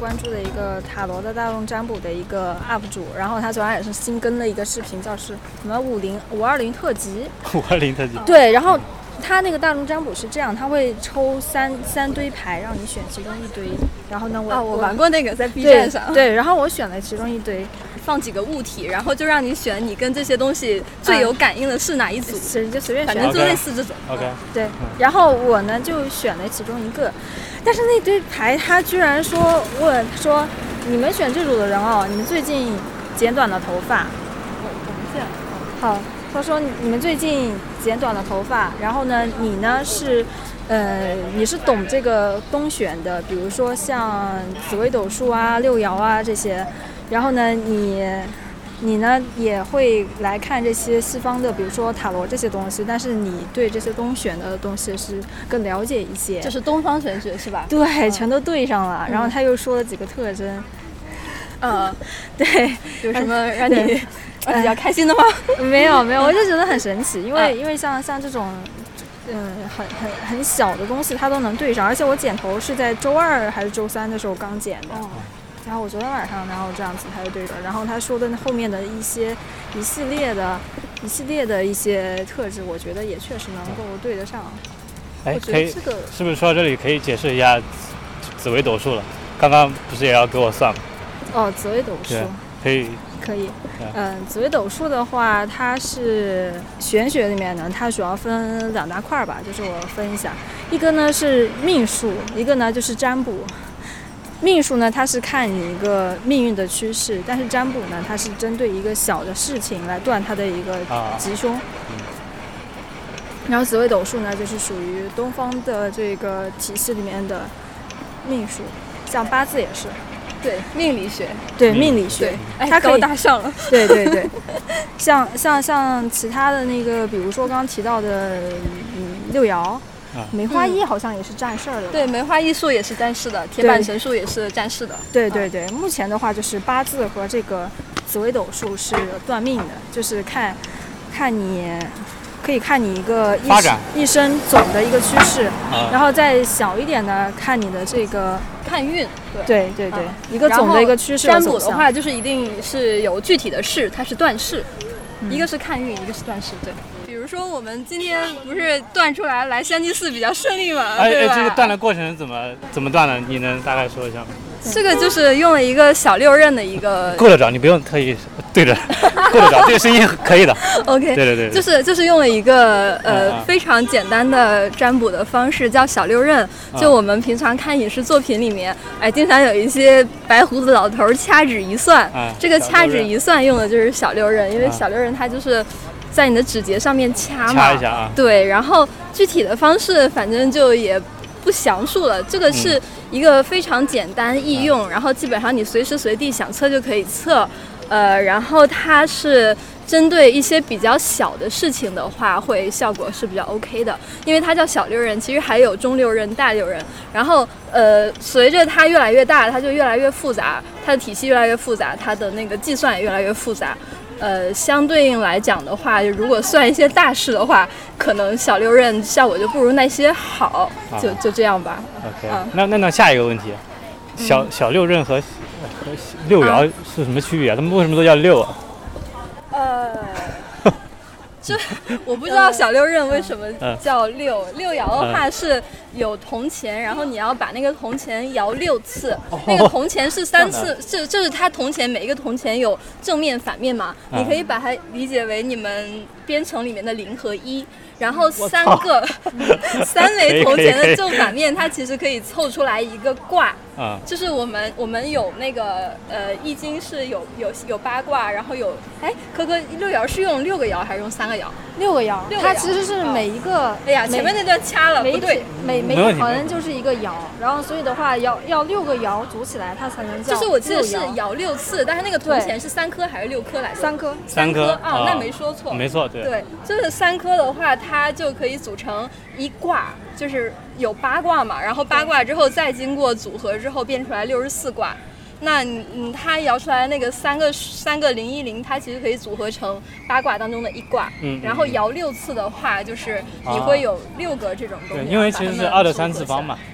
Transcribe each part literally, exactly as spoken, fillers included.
关注的一个塔罗的大众占卜的一个 U P 主，然后他昨晚也是新更了一个视频，叫是什么五零五二零特辑。 五二零特辑。 对，然后他那个大众占卜是这样，他会抽三三堆牌，让你选其中一堆。然后呢，我、 啊、我玩过那个在 B 站上。 对，对，然后我选了其中一堆。 放几个物体，然后就让你选你跟这些东西最有感应的是哪一组， 其实、啊、就随便选， 反正就类似这种。 OK， 对。然后我呢就选了其中一个，但是那堆牌他居然说问说你们选这组的人哦，你们最近剪短了头发。好，他说你们最近剪短了头发，然后呢你呢是。呃，你是懂这个东选的，比如说像紫微斗数啊、六爻啊这些，然后呢，你你呢也会来看这些西方的，比如说塔罗这些东西，但是你对这些东选的东西是更了解一些。 这是东方玄学是吧？ 对，嗯、全都对上了。然后他又说了几个特征。 嗯， 对， 有什么让你比较开心的吗？ 没有没有，我就觉得很神奇，因为、嗯、因为像像这种。嗯，很很很小的东西它都能对上，而且我剪头是在周二还是周三的时候刚剪的，哦、然后我昨天晚上，然后这样子它就对上，然后他说的后面的一些一系列的一系列的一些特质，我觉得也确实能够对得上。 哎，可以，这个是不是说到这里可以解释一下紫微斗数了？刚刚不是也要给我算吗？ 哦，紫微斗数可以。 可以，嗯，紫微斗数的话，它是玄学里面呢，它主要分两大块吧，就是我分一下，一个呢是命数，一个呢就是占卜。命数呢，它是看你一个命运的趋势，但是占卜呢，它是针对一个小的事情来断它的一个吉凶。啊嗯、然后紫微斗数呢，就是属于东方的这个体系里面的命数，像八字也是。 对，命理学， 对命理学， 哎，它高大上了。 对对对，像像像其他的那个，比如说刚刚提到的，嗯，六爻，啊、梅花易好像也是占事儿的。 对，梅花易数也是占事的，铁板神术也是占事的。 对对对，目前的话就是八字和这个紫微斗数是断命的，就是看，看你。可以看你一个一发展一生总的一个趋势，啊、然后再小一点的看你的这个看运， 对对对对，啊、一个总的一个趋势的走向。占卜的话，就是一定是有具体的事，它是断事，嗯、一个是看运，一个是断事，对。比如说我们今天不是断出来来香积寺比较顺利嘛？ 哎对吧？ 哎，这个断的过程怎么怎么断的？你能大概说一下吗？ 这个就是用了一个小六壬的一个， 够得着，你不用特意对着，够得着，这个声音可以的。 OK， 对对 对, 对， 就是就是用了一个呃、啊、非常简单的占卜的方式，叫小六壬。就我们平常看影视作品里面，哎，经常有一些白胡子老头掐指一算，啊、这个掐指一算用的就是小六壬，因为小六壬它就是在你的指节上面掐嘛， 掐一下啊。 对，然后具体的方式反正就也不详述了，这个是一个非常简单易用，嗯、然后基本上你随时随地想测就可以测，呃，然后它是针对一些比较小的事情的话，会效果是比较 OK 的，因为它叫小六壬，其实还有中六壬、大六壬，然后呃，随着它越来越大，它就越来越复杂，它的体系越来越复杂，它的那个计算也越来越复杂。呃，相对应来讲的话，如果算一些大事的话，可能小六壬效果就不如那些好，就、啊、就这样吧。 OK，、啊、那那那下一个问题，小小六壬和和六爻是什么区别啊？他们为什么都叫六啊？ 呃，就我不知道小六壬为什么叫六。嗯、六爻的话是有铜钱，然后你要把那个铜钱摇六次，哦、那个铜钱是三次，是就是它铜钱每一个铜钱有正面反面嘛，嗯、你可以把它理解为你们编程里面的零和一。然后三个三枚铜钱的正反面，它其实可以凑出来一个卦。啊，就是我们我们有那个呃易经是有有有八卦，然后有哎科科六爻是用六个爻还是用三个爻？ 六个爻，它其实是每一个。 哦、哎呀，前面那段掐了， 不对， 每每一好像就是一个爻，然后所以的话要要六个爻组起来，它才能叫。 就是我记得是爻六次，但是那个铜钱是三颗还是六颗来着？ 三颗， 三颗啊、哦，那没说错， 没错，对对，就是三颗的话，它就可以组成一卦，就是有八卦嘛，然后八卦之后再经过组合之后变出来六十四卦。那嗯，它摇出来那个三个三个零一零，它其实可以组合成八卦当中的一卦。嗯，然后摇六次的话，就是你会有六个这种东西。 对，因为其实是二的三次方嘛。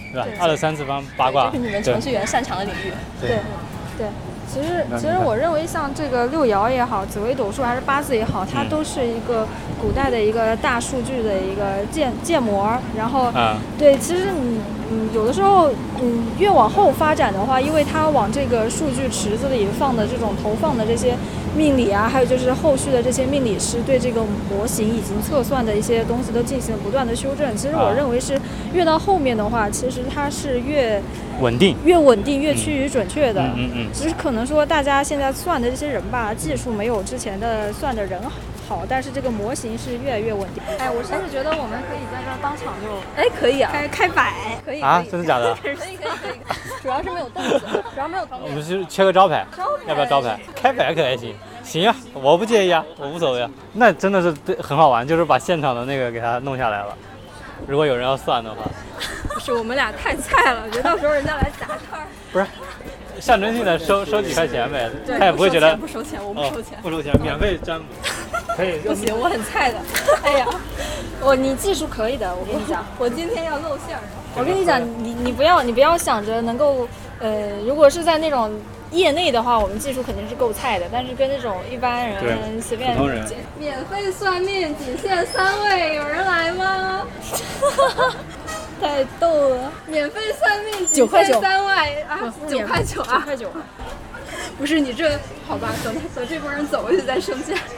对吧？二的三次方八卦， 这是你们程序员擅长的领域。 对对。其实，其实我认为像这个六爻也好，紫微斗数还是八字也好，它都是一个古代的一个大数据的一个建建模。然后， 嗯、 对，其实你，嗯，有的时候，嗯，越往后发展的话，因为它往这个数据池子里放的这种投放的这些命理啊，还有就是后续的这些命理师对这个模型已经测算的一些东西都进行了不断的修正。其实我认为是越到后面的话，其实它是越稳定、 越稳定、越趋于准确的。 嗯嗯嗯。 只是可能说大家现在算的这些人吧，技术没有之前的算的人好，但是这个模型是越来越稳定。哎，我甚至觉得我们可以在这儿当场就， 哎，可以啊， 开开摆， 可以啊，真的假的？ 可以可以可以，主要是没有凳子，主要没有。 我们是缺个招牌，要不要招牌？开摆可还行，行啊，我不介意啊，我无所谓啊。那真的是很好玩，就是把现场的那个给它弄下来了。如果有人要算的话， 不是我们俩太菜了，别到时候人家来砸摊儿。 不是。象征性的收收几块钱呗，他也不会觉得不收钱，我不收钱， 哦、不收钱，免费占卜，可以。 不行，我很菜的。哎呀， 我你技术可以的，我跟你讲， 我今天要露馅儿。 我跟你讲，你你不要你不要想着能够，呃，如果是在那种业内的话，我们技术肯定是够菜的，但是跟那种一般人随便普通人， 免费算命仅限三位，有人来吗？ 太逗了！ 免费算命九块九三位啊，九块九啊， 九块九。 不是你这好吧？等等这波人走过去再生价。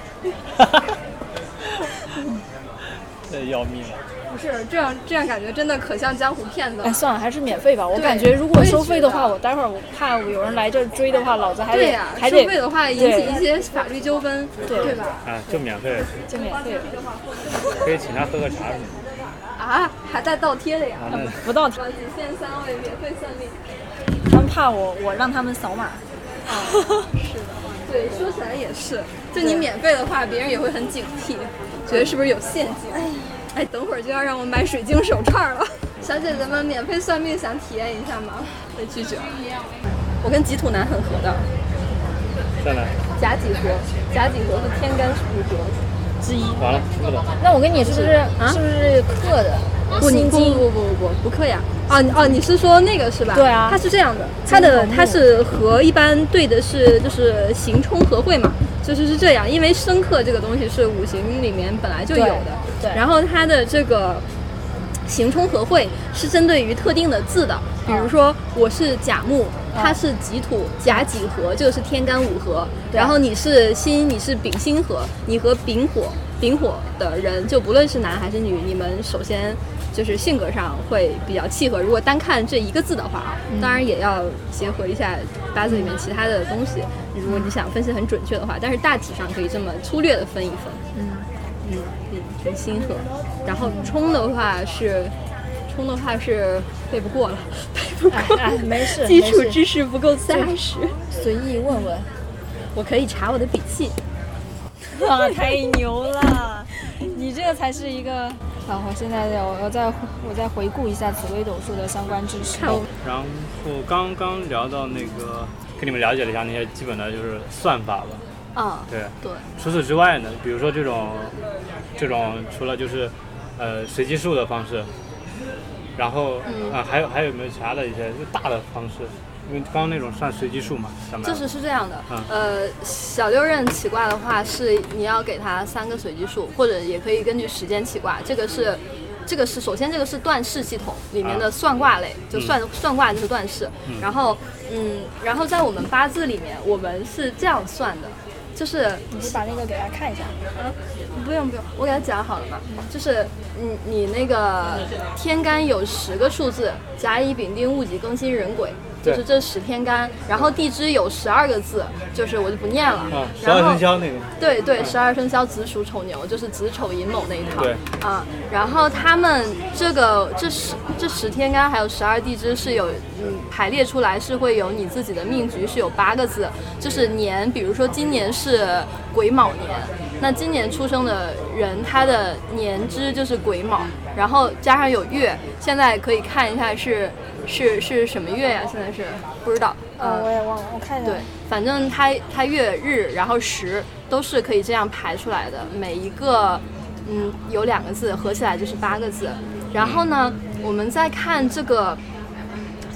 这要命了！ 不是这样，这样感觉真的可像江湖骗子。 哎，算了，还是免费吧。我感觉如果收费的话，我待会儿我怕有人来这追的话，老子还得对呀、 还得收费的话引起一些法律纠纷， 对对吧？ 啊，就免费， 就免费， 可以请他喝个茶什么的。 啊，还带倒贴的呀？ 啊、 不倒贴。 仅限三位，免费算命。 他们怕我，我让他们扫码。 啊，是的，对，说起来也是，就你免费的话，别人也会很警惕，觉得是不是有陷阱？哎，等会儿就要让我买水晶手串了。小姐姐们，免费算命想体验一下吗？被拒绝了。我跟吉土男很合的。 再来。 甲己合，甲己合是天干五合之一。 完了，听不懂。 那我跟你是不是、啊、是不是克的？ 不，你不不不不不不克呀！哦哦，你是说那个是吧？ 对啊， 它是这样的，它的它是合一般对的是就是刑冲合会嘛，就是是这样，因为生克这个东西是五行里面本来就有的， 对。对然后它的这个刑冲合会是针对于特定的字的，比如说我是甲木，它是己土，甲己合，这个是天干五合。然后你是辛，你是丙辛合，你和丙火。丙火的人，就不论是男还是女，你们首先就是性格上会比较契合。如果单看这一个字的话啊，嗯、当然也要结合一下八字里面其他的东西。如果你想分析很准确的话，但是大体上可以这么粗略的分一分。嗯嗯嗯，是辛合。然后冲的话是，冲的话是背不过了，背不过。 哎哎、没事， 基础知识不够扎实， 随意问问。 我可以查我的笔记。 哇，太牛了！你这个才是一个啊！我现在我我再我再回顾一下紫微斗数的相关知识。 然后刚刚聊到那个，跟你们了解了一下那些基本的就是算法吧。 啊， 对对。 除此之外呢，比如说这种这种除了就是呃随机数的方式，然后、嗯、啊还有还有没有其他的一些大的方式？因为刚刚那种算随机数嘛， 就是是这样的， 嗯、 呃，小六壬起卦的话是你要给它三个随机数，或者也可以根据时间起卦。这个是，这个是首先这个是段式系统里面的算卦类，啊、就算、嗯、算卦就是段式。 嗯、 然后，嗯，然后在我们八字里面，我们是这样算的，就是你把那个给大家看一下。 嗯，不用不用，我给他讲好了嘛。嗯、就是你你那个天干有十个数字，甲乙丙丁戊己庚辛壬癸。就是这十天干，然后地支有十二个字，就是我就不念了。 啊，十二生肖那个。 对对，十二生肖子鼠丑牛，就是子丑寅卯那一套。 对。 啊，然后他们这个这十这十天干还有十二地支是有嗯排列出来，是会有你自己的命局是有八个字，就是年，比如说今年是癸卯年，那今年出生的人他的年支就是癸卯，然后加上有月，现在可以看一下是。是是什么月呀？现在是不知道。 呃、哦，我也忘了，我看一下。 对，反正它它月日然后时都是可以这样排出来的，每一个嗯有两个字，合起来就是八个字。然后呢，我们再看这个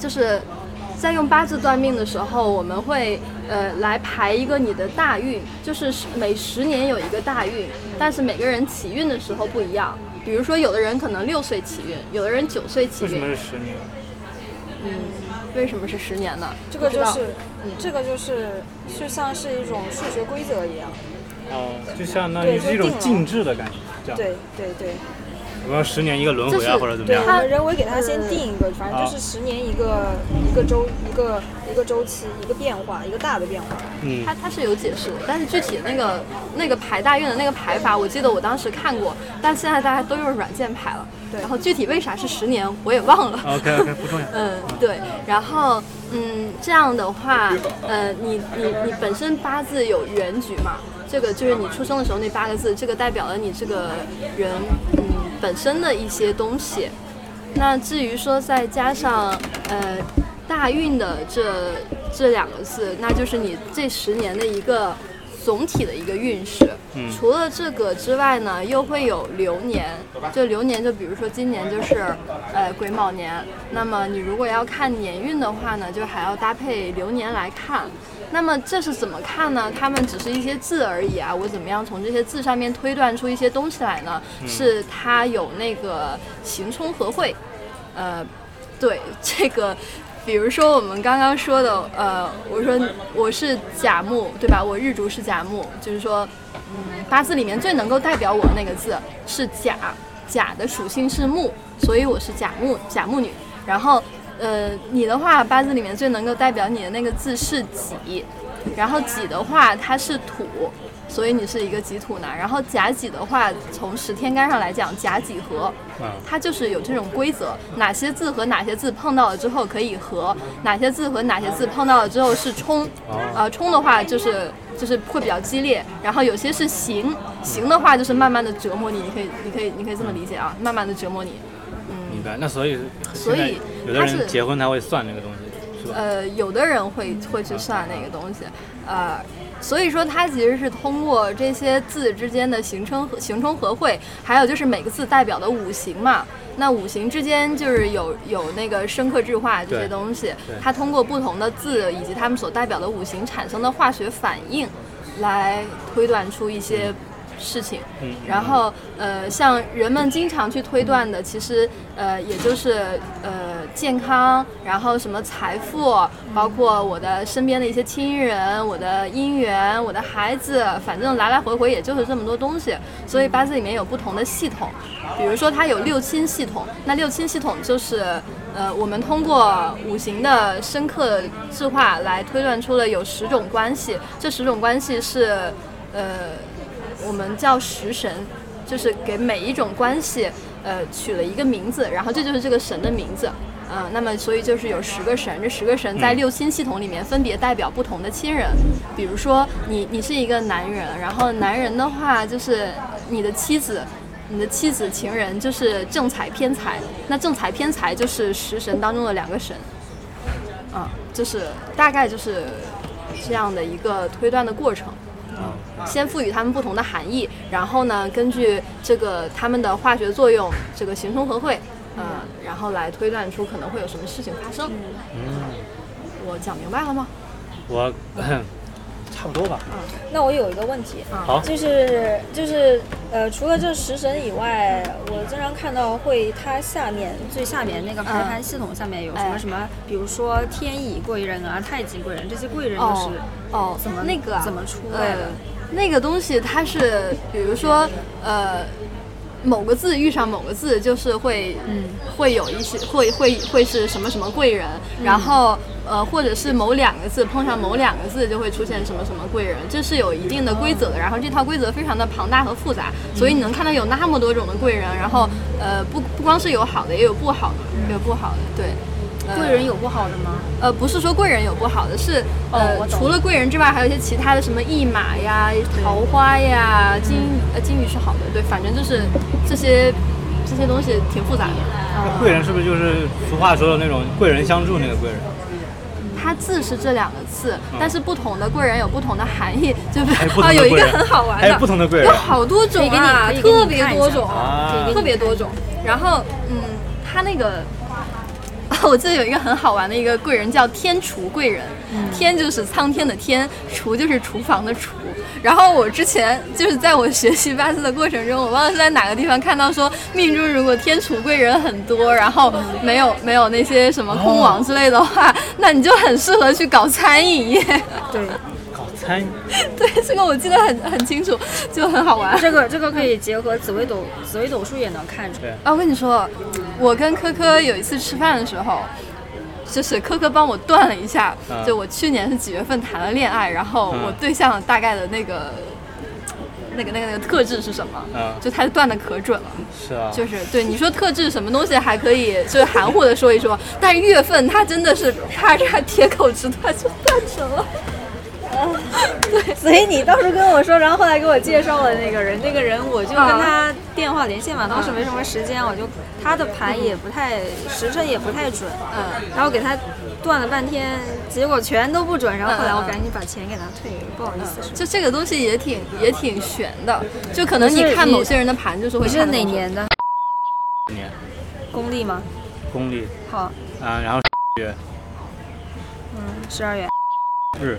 就是在用八字断命的时候，我们会呃来排一个你的大运，就是每十年有一个大运，但是每个人起运的时候不一样。比如说有的人可能六岁起运，有的人九岁起运。 为什么是十年？ 嗯，为什么是十年呢？ 这个就是，嗯，这个就是就像是一种数学规则一样。 哦，就相当于是一种静置的感觉，这样。 对对对。 比如说十年一个轮回啊，或者怎么样？ 对，我们人为给它先定一个，反正就是十年一个一个周一个一个周期一个变化，一个大的变化。 嗯，它它是有解释的，但是具体那个那个排大运的那个排法，我记得我当时看过，但现在大家都用软件排了。对，然后具体为啥是十年我也忘了。 OK OK 不重要。 嗯，对，然后嗯这样的话，呃你你你本身八字有原局嘛？这个就是你出生的时候那八个字，这个代表了你这个人嗯本身的一些东西。那至于说再加上呃大运的这这两个字，那就是你这十年的一个总体的一个运势。嗯，除了这个之外呢，又会有流年。就流年，就比如说今年就是呃癸卯年，那么你如果要看年运的话呢，就还要搭配流年来看。那么这是怎么看呢？他们只是一些字而已啊，我怎么样从这些字上面推断出一些东西来呢？嗯、是它有那个刑冲合会，呃，对这个。比如说我们刚刚说的，呃，我说我是甲木，对吧？我日主是甲木，就是说，嗯，八字里面最能够代表我的那个字是甲，甲的属性是木，所以我是甲木，甲木女。然后，呃，你的话，八字里面最能够代表你的那个字是己，然后己的话它是土。所以你是一个己土男，然后甲己的话，从十天干上来讲，甲己合，它就是有这种规则，哪些字和哪些字碰到了之后可以合，哪些字和哪些字碰到了之后是冲，呃，冲的话就是就是会比较激烈，然后有些是刑，刑的话就是慢慢的折磨你，你可以你可以你可以这么理解啊，慢慢的折磨你。嗯， 明白。那所以所以有的人结婚他会算那个东西，是吧？ 呃，有的人会会去算那个东西，呃。所以说它其实是通过这些字之间的形成形冲合会，还有就是每个字代表的五行嘛，那五行之间就是有有那个生克制化这些东西，它通过不同的字以及它们所代表的五行产生的化学反应来推断出一些事情。嗯，然后呃，像人们经常去推断的，其实呃，也就是呃健康，然后什么财富，包括我的身边的一些亲人，我的姻缘，我的孩子，反正来来回回也就是这么多东西。所以八字里面有不同的系统，比如说它有六亲系统，那六亲系统就是呃，我们通过五行的深刻制化来推断出了有十种关系，这十种关系是呃。我们叫十神，就是给每一种关系呃取了一个名字，然后这就是这个神的名字。嗯、呃，那么所以就是有十个神，这十个神在六亲系统里面分别代表不同的亲人。比如说你你是一个男人，然后男人的话就是你的妻子，你的妻子情人就是正财偏财，那正财偏财就是十神当中的两个神。啊、嗯，就是大概就是这样的一个推断的过程。先赋予它们不同的含义，然后呢，根据这个它们的化学作用，这个形冲合会，呃，然后来推断出可能会有什么事情发生。嗯，我讲明白了吗？ 我差不多吧。 嗯，那我有一个问题， 好， 就是就是呃，除了这十神以外，我经常看到会它下面最下面那个排盘系统下面有什么什么，嗯、比如说天乙贵人啊、太极贵人，这些贵人就是哦， 怎么那个怎么出来的？ 呃那个东西它是，比如说，呃，某个字遇上某个字，就是会，嗯，会有一些，会会会是什么什么贵人，嗯、然后，呃，或者是某两个字碰上某两个字，就会出现什么什么贵人，这是有一定的规则的。然后这套规则非常的庞大和复杂，所以你能看到有那么多种的贵人，然后，呃，不不光是有好的，也有不好的，也有不好的，对。 贵人有不好的吗？ 呃，不是说贵人有不好的，是呃， 哦、 除了贵人之外，还有一些其他的什么驿马呀、桃花呀、金呃金鱼是好的，对，反正就是这些这些东西挺复杂的。 那贵人是不是就是俗话说的那种贵人相助那个贵人？ 它字是这两个字，嗯、但是不同的贵人有不同的含义，就是啊，有一个很好玩的， 还有不同的贵人， 有好多种啊，特别多种， 啊、 特别多种。然后嗯，它那个。 后我记得有一个很好玩的一个贵人叫天厨贵人，嗯、天就是苍天的天，厨就是厨房的厨。然后我之前就是在我学习八字的过程中，我忘了是在哪个地方看到说命中如果天厨贵人很多，然后没有没有那些什么空亡之类的话，哦、那你就很适合去搞餐饮业。 对。 餐对，这个我记得很很清楚，就很好玩。 这个这个可以结合紫微斗紫微斗数也能看出来。 啊，我跟你说，我跟科科有一次吃饭的时候，就是科科帮我断了一下，嗯、就我去年是几月份谈了恋爱，然后我对象大概的那个。嗯、那个那个那个特质是什么？嗯，就他断的可准了。 是啊， 就是对你说特质什么东西还可以，就是含糊的说一说，但是月份他真的是啪嚓铁口直断就断准了。 对，所以你当时跟我说，然后后来给我介绍了那个人，那个人我就跟他电话连线嘛，当时没什么时间，我就他的盘也不太时辰也不太准，嗯，然后给他断了半天，结果全都不准，然后后来我赶紧把钱给他退了，不好意思。 就这个东西也挺也挺悬的，就可能你看某些人的盘就是会看。 你是哪年的？ 年。 公历吗？ 公历。 好。 啊，然后月。 嗯，十二月。 日。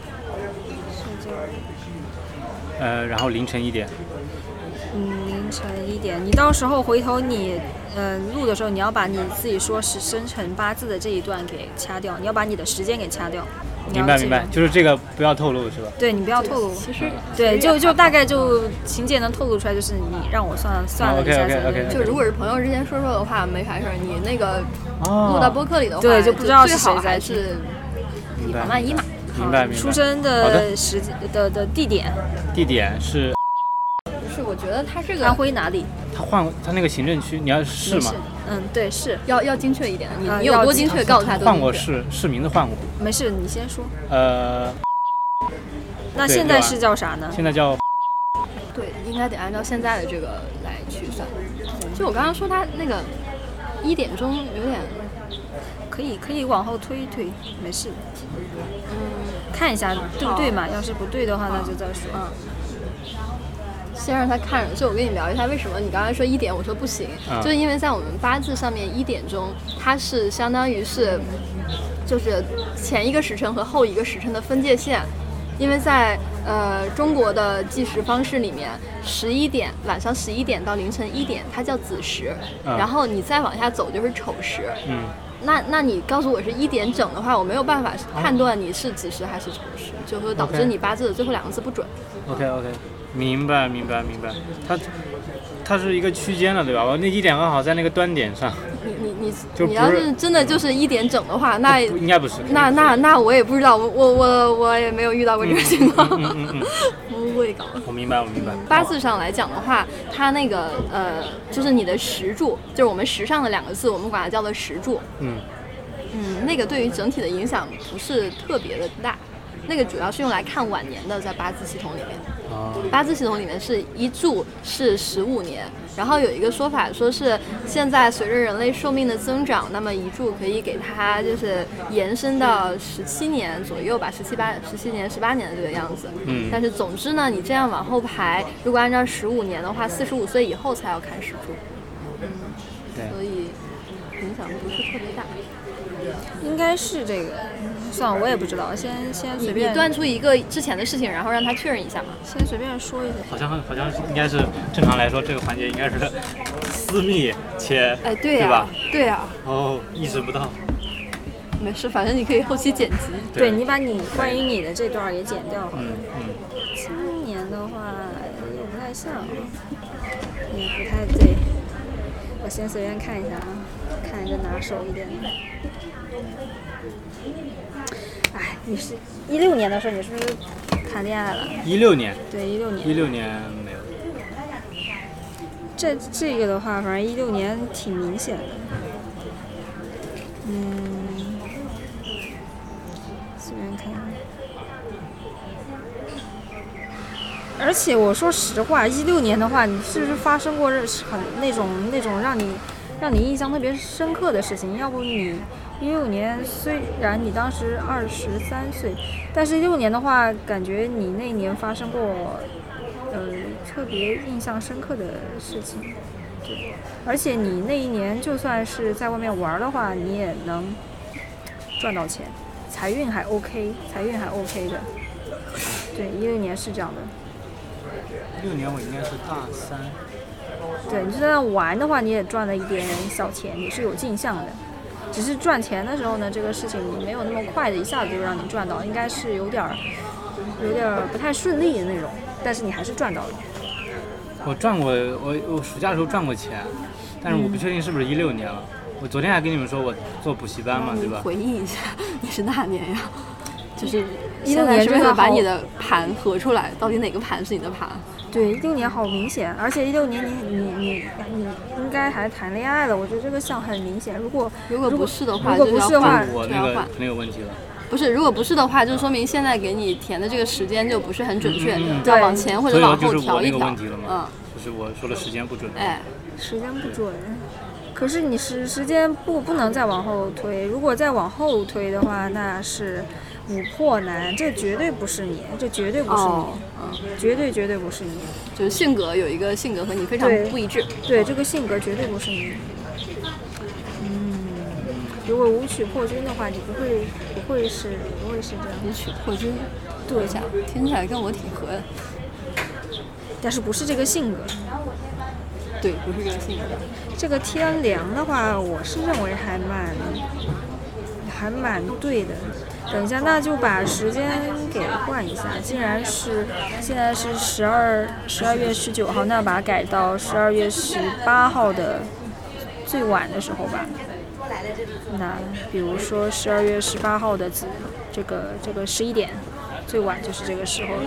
呃，然后凌晨一点。 嗯，凌晨一点。你到时候回头你，嗯、呃，录的时候你要把你自己说是生辰八字的这一段给掐掉，你要把你的时间给掐掉。 明白明白，就是这个不要透露是吧？ 对，你不要透露。 其实对，就就大概就情节能透露出来，就是你让我算算了一下。 OK OK OK。 就如果是朋友之间说说的话没啥事儿，你那个录到播客里的话， 对，就不知道是谁在是以防万一嘛。 明白明白。 出生的时的的地点， 地点是， 是我觉得他这个安徽哪里？ 他换他那个行政区，你要市吗？ 嗯，对，是要要精确一点，你你有多精确告诉他。 换过市，市名字换过。 没事，你先说。 呃， 那现在是叫啥呢？ 现在叫。 对，应该得按照现在的这个来去算。就我刚刚说他那个一点钟有点。 可以可以往后推一推，没事。嗯，看一下对不对嘛？要是不对的话，那就再说。 嗯。先让他看着，就我跟你聊一下为什么你刚才说一点，我说不行，嗯、就是因为在我们八字上面一点钟，它是相当于是，就是前一个时辰和后一个时辰的分界线。因为在呃中国的计时方式里面，十一点晚上十一点到凌晨一点，它叫子时，嗯、然后你再往下走就是丑时。嗯。那那你告诉我是一点整的话，我没有办法判断你是子时还是丑时，就会导致你八字的最后两个字不准。 OK OK， 明白明白明白，它它是一个区间了，对吧？我那一点刚好在那个端点上。 你你你你要是真的就是一点整的话，那应该不是。 那那那我也不知道，我我我我也没有遇到过这个情况。 嗯嗯嗯不会搞。 我明白我明白。 八字上来讲的话，它那个呃，就是你的时柱，就是我们时上的两个字，我们管它叫做时柱。嗯。嗯，那个对于整体的影响不是特别的大。那个主要是用来看晚年的，在八字系统里面。八字系统里面是一柱是十五年，然后有一个说法说是现在随着人类寿命的增长，那么一柱可以给它就是延伸到十七年左右吧，十七八十七年十八年的这个样子。嗯。但是总之呢，你这样往后排，如果按照十五年的话，四十五岁以后才要看时柱。嗯。对。所以影响不是特别大。 应该是这个，算了，我也不知道，先先随便。 你断出一个之前的事情，然后让他确认一下嘛。 先随便说一下。 好像好像应该是正常来说，这个环节应该是私密且， 哎，对呀、啊， 对吧？ 对呀、啊。 哦，意识不到。 没事，反正你可以后期剪辑。 对, 对你把你关于你的这段也剪掉好了。 嗯嗯。 今年的话也不太像，也不太对。我先随便看一下啊，看一个拿手一点的。哎，你是一六年的时候，你是不是谈恋爱了？ 一六年。 对，一六年。 一六年没有。 这这个的话，反正一六年挺明显的。嗯，随便看。而且我说实话，一六年的话，你是不是发生过很那种那种让你让你印象特别深刻的事情？要不你一六年虽然你当时二十三岁，但是一六年的话，感觉你那一年发生过呃特别印象深刻的事情。对，而且你那一年就算是在外面玩的话，你也能赚到钱，财运还 OK， 财运还 OK 的。对，一六年是这样的。 一六年我应该是大三。 对，你就在那玩的话，你也赚了一点小钱，你是有进项的。只是赚钱的时候呢，这个事情没有那么快的一下子就让你赚到，应该是有点儿有点儿不太顺利的那种，但是你还是赚到了。 我赚过，我我暑假的时候赚过钱，但是我不确定是不是一六年了。我昨天还跟你们说我做补习班嘛，对吧？ 回忆一下，你是哪年呀？就是现在是不是把你的盘合出来，到底哪个盘是你的盘？ 对，一六年好明显，而且一六年你你你你应该还谈恋爱了，我觉得这个项很明显。如果如果不是的话， 如果不是的话， 我那个肯定有问题了。 不是，如果不是的话，就说明现在给你填的这个时间就不是很准确， 嗯嗯要往前或者往后调一调。 问题了嘛？嗯，就是我说的时间不准。 哎， 时间不准。可是你时时间不不能再往后推，如果再往后推的话，那是五破男，这绝对不是你，这绝对不是你， 哦嗯，绝对绝对不是你， 就是性格有一个性格和你非常不一致， 对，对这个性格绝对不是你。嗯，如果武曲破军的话，你不会不会是不会是这样。 武曲破军， 对， 听起来跟我挺合的， 但是不是这个性格。 对，不是这个性格。 这个天梁的话，我是认为还蛮还蛮对的。等一下，那就把时间给换一下。既然是现在是十二十二月十九号，那把它改到十二月十八号的最晚的时候吧。那比如说十二月十八号的这个这个十一点，最晚就是这个时候了。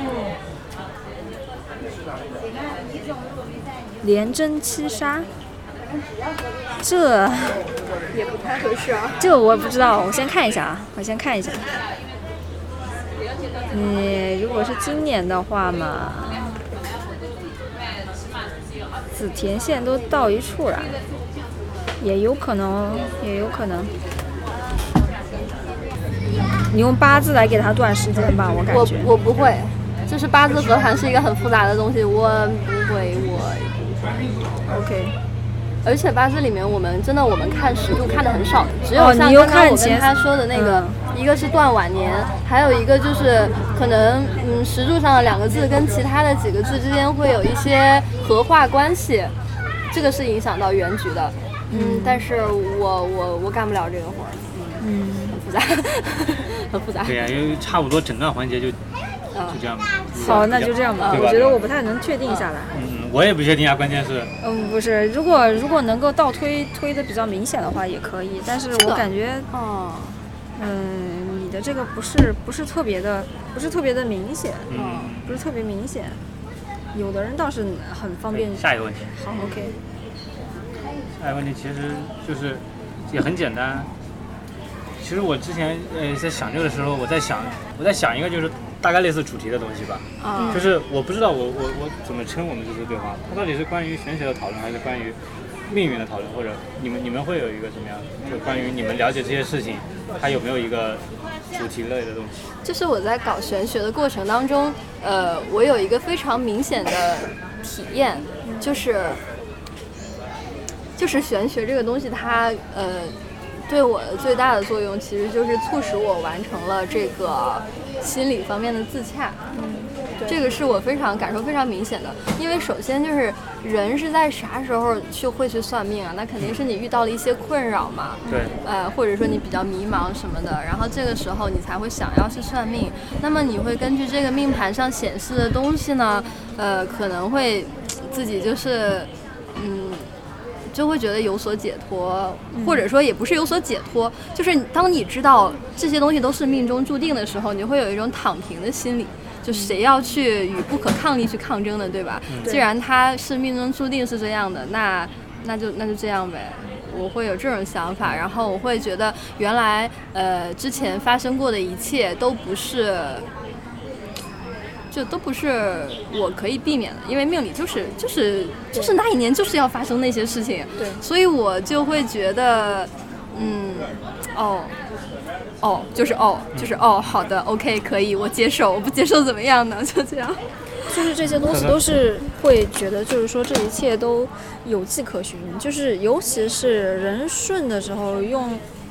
连贞七杀，这也不太合适啊。 这我不知道，我先看一下啊，我先看一下。你如果是今年的话嘛，子田线都到一处了，也有可能，也有可能。你用八字来给他断时间吧，我感觉。 我我不会，就是八字合盘是一个很复杂的东西，我不会，我。 OK， 而且八字里面我们真的我们看时柱看的很少，只有像刚刚我跟他说的那个，哦嗯、一个是断晚年，还有一个就是可能嗯时柱上的两个字跟其他的几个字之间会有一些合化关系，这个是影响到原局的。嗯，嗯但是我我我干不了这个活儿，嗯，很复杂，很复杂。 对呀、啊，因为差不多整段环节就。就这样吧。 好，那就这样吧。我觉得我不太能确定下来。 嗯，我也不确定啊，关键是。 嗯，不是，如果如果能够倒推推的比较明显的话也可以，但是我感觉， 哦， 嗯，你的这个不是不是特别的，不是特别的明显， 嗯， 不是特别明显。有的人倒是很方便。 下一个问题。 好 ，OK。 下一个问题其实就是也很简单。其实我之前呃在想这个的时候，我在想我在想一个就是大概类似主题的东西吧， 嗯、 就是我不知道我我我怎么称我们这次对话，它到底是关于玄学的讨论，还是关于命运的讨论，或者你们你们会有一个什么样，就关于你们了解这些事情，它有没有一个主题类的东西？ 就是我在搞玄学的过程当中，呃，我有一个非常明显的体验，就是就是玄学这个东西它呃。对我的最大的作用，其实就是促使我完成了这个心理方面的自洽。嗯，这个是我非常感受非常明显的。因为首先就是人是在啥时候去会去算命啊？那肯定是你遇到了一些困扰嘛。 对。 呃，或者说你比较迷茫什么的，然后这个时候你才会想要去算命。那么你会根据这个命盘上显示的东西呢，呃，可能会自己就是嗯。就会觉得有所解脱，或者说也不是有所解脱，就是当你知道这些东西都是命中注定的时候，你会有一种躺平的心理，就谁要去与不可抗力去抗争的，对吧？ 嗯、 既然它是命中注定是这样的，那那就那就这样呗。我会有这种想法，然后我会觉得原来呃之前发生过的一切都不是。就都不是我可以避免的，因为命里就是就是就是那一年就是要发生那些事情， 对， 所以我就会觉得，嗯，哦，哦，就是哦，就是哦，好的 ，OK， 可以，我接受，我不接受怎么样呢？就这样， 就是这些东西都是会觉得，就是说这一切都有迹可循，就是尤其是人顺的时候用。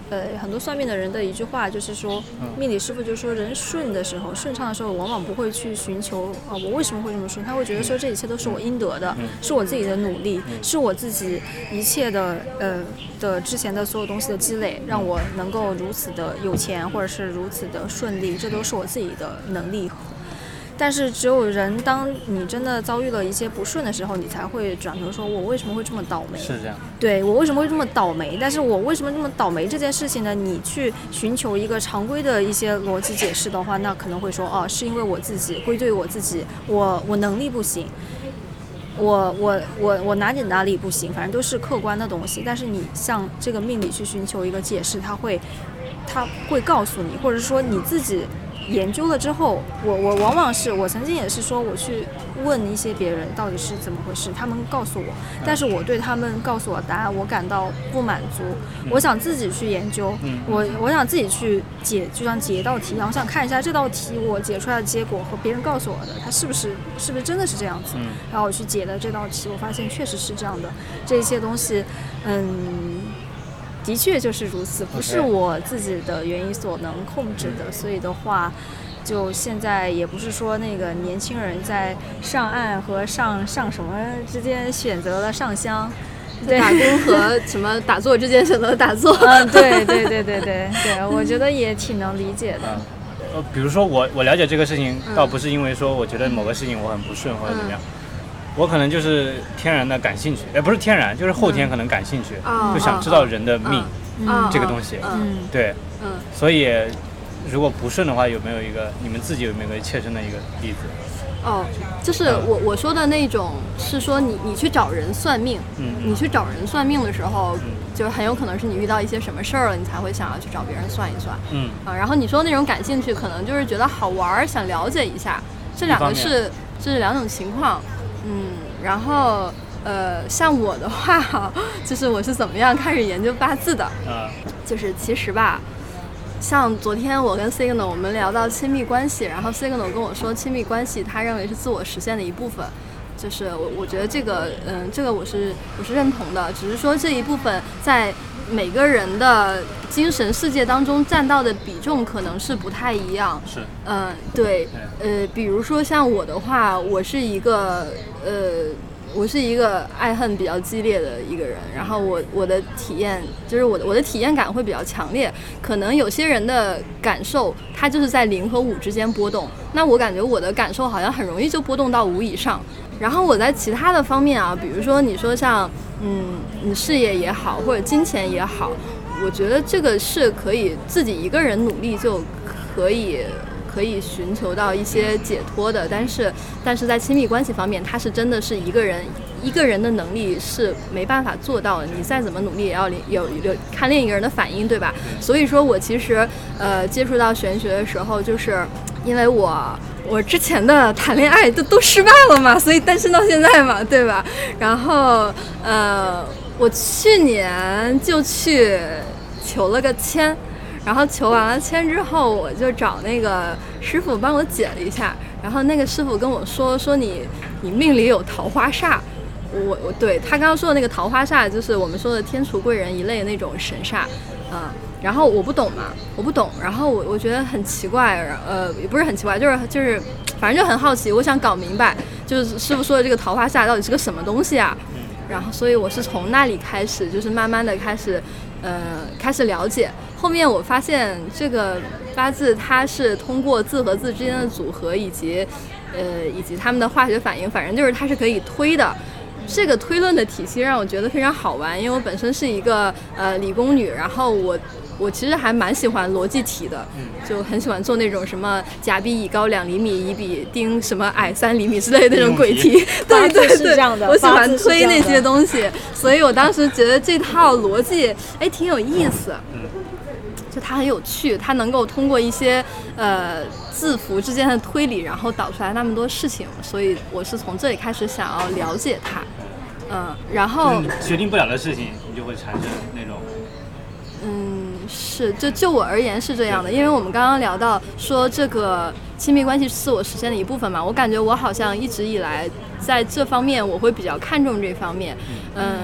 呃很多算命的人的一句话，就是说，命理师傅就说，人顺的时候，顺畅的时候，往往不会去寻求啊、呃、我为什么会这么顺，他会觉得说这一切都是我应得的，是我自己的努力，是我自己一切的呃的之前的所有东西的积累，让我能够如此的有钱，或者是如此的顺利，这都是我自己的能力。但是只有人，当你真的遭遇了一些不顺的时候，你才会转头说，我为什么会这么倒霉？ 是这样。 对，我为什么会这么倒霉？但是我为什么这么倒霉这件事情呢？你去寻求一个常规的一些逻辑解释的话，那可能会说，哦，是因为我自己，归队我自己，我我能力不行。我我我我哪里哪里不行，反正都是客观的东西。但是你向这个命理去寻求一个解释，他会他会告诉你，或者说你自己研究了之后，我我往往是我曾经也是说，我去问一些别人到底是怎么回事，他们告诉我，但是我对他们告诉我的答案我感到不满足，我想自己去研究，我我想自己去解，就像解一道题一样，我想看一下这道题我解出来的结果和别人告诉我的，它是不是是不是真的是这样子，然后我去解了这道题，我发现确实是这样的，这些东西，嗯。的确就是如此，不是我自己的原因所能控制的，所以的话，就现在也不是说那个年轻人在上岸和上上什么之间选择了上香， 对，打工和什么打坐之间选择了打坐。 嗯，对对对对对对，我觉得也挺能理解的。 呃，比如说我我了解这个事情，倒不是因为说我觉得某个事情我很不顺或者怎么样。嗯，我可能就是天然的感兴趣，也不是天然，就是后天可能感兴趣，嗯、就想知道人的命、嗯、这个东西。嗯，对，嗯，所以如果不顺的话，有没有一个你们自己有没有一个切身的一个例子？ 哦，就是我我说的那种是说你你去找人算命，嗯，你去找人算命的时候，嗯，就很有可能是你遇到一些什么事儿了，你才会想要去找别人算一算，嗯啊，然后你说那种感兴趣，可能就是觉得好玩，想了解一下，这两个是这是两种情况。嗯，然后呃，像我的话，就是我是怎么样开始研究八字的？啊，就是其实吧，像昨天我跟 Signal 我们聊到亲密关系，然后 Signal 跟我说，亲密关系他认为是自我实现的一部分，就是我我觉得这个嗯，这个我是我是认同的，只是说这一部分在每个人的精神世界当中占到的比重可能是不太一样。是，嗯、呃，对，呃，比如说像我的话，我是一个呃，我是一个爱恨比较激烈的一个人，然后我我的体验就是我的我的体验感会比较强烈，可能有些人的感受它就是在零和五之间波动，那我感觉我的感受好像很容易就波动到五以上。然后我在其他的方面啊，比如说你说像嗯，你事业也好，或者金钱也好，我觉得这个是可以自己一个人努力就可以可以寻求到一些解脱的。但是但是在亲密关系方面，它是真的是一个人一个人的能力是没办法做到的，你再怎么努力也要有有看另一个人的反应，对吧？所以说我其实呃接触到玄学的时候，就是因为我。我之前的谈恋爱都都失败了嘛，所以单身到现在嘛，对吧？然后呃，我去年就去求了个签，然后求完了签之后，我就找那个师傅帮我解了一下，然后那个师傅跟我说说你你命里有桃花煞，我我对他刚刚说的那个桃花煞，就是我们说的天厨贵人一类的那种神煞，嗯。然后我不懂嘛，我不懂，然后我我觉得很奇怪，呃，也不是很奇怪，就是就是，反正就很好奇，我想搞明白，就是师傅说的这个桃花煞到底是个什么东西啊？然后，所以我是从那里开始，就是慢慢的开始，呃，开始了解。后面我发现这个八字它是通过字和字之间的组合，以及，呃，以及它们的化学反应，反正就是它是可以推的。这个推论的体系让我觉得非常好玩，因为我本身是一个呃理工女，然后我我其实还蛮喜欢逻辑题的，就很喜欢做那种什么甲比乙高两厘米，乙比丁什么矮三厘米之类的那种鬼题。对对对，我喜欢推那些东西，所以我当时觉得这套逻辑哎挺有意思。就它很有趣，它能够通过一些呃字符之间的推理，然后导出来那么多事情，所以我是从这里开始想要了解它，嗯，然后你决定不了的事情，你就会产生那种， 嗯，是，就就我而言是这样的，因为我们刚刚聊到说这个亲密关系是我实现的一部分嘛，我感觉我好像一直以来在这方面我会比较看重这方面，嗯。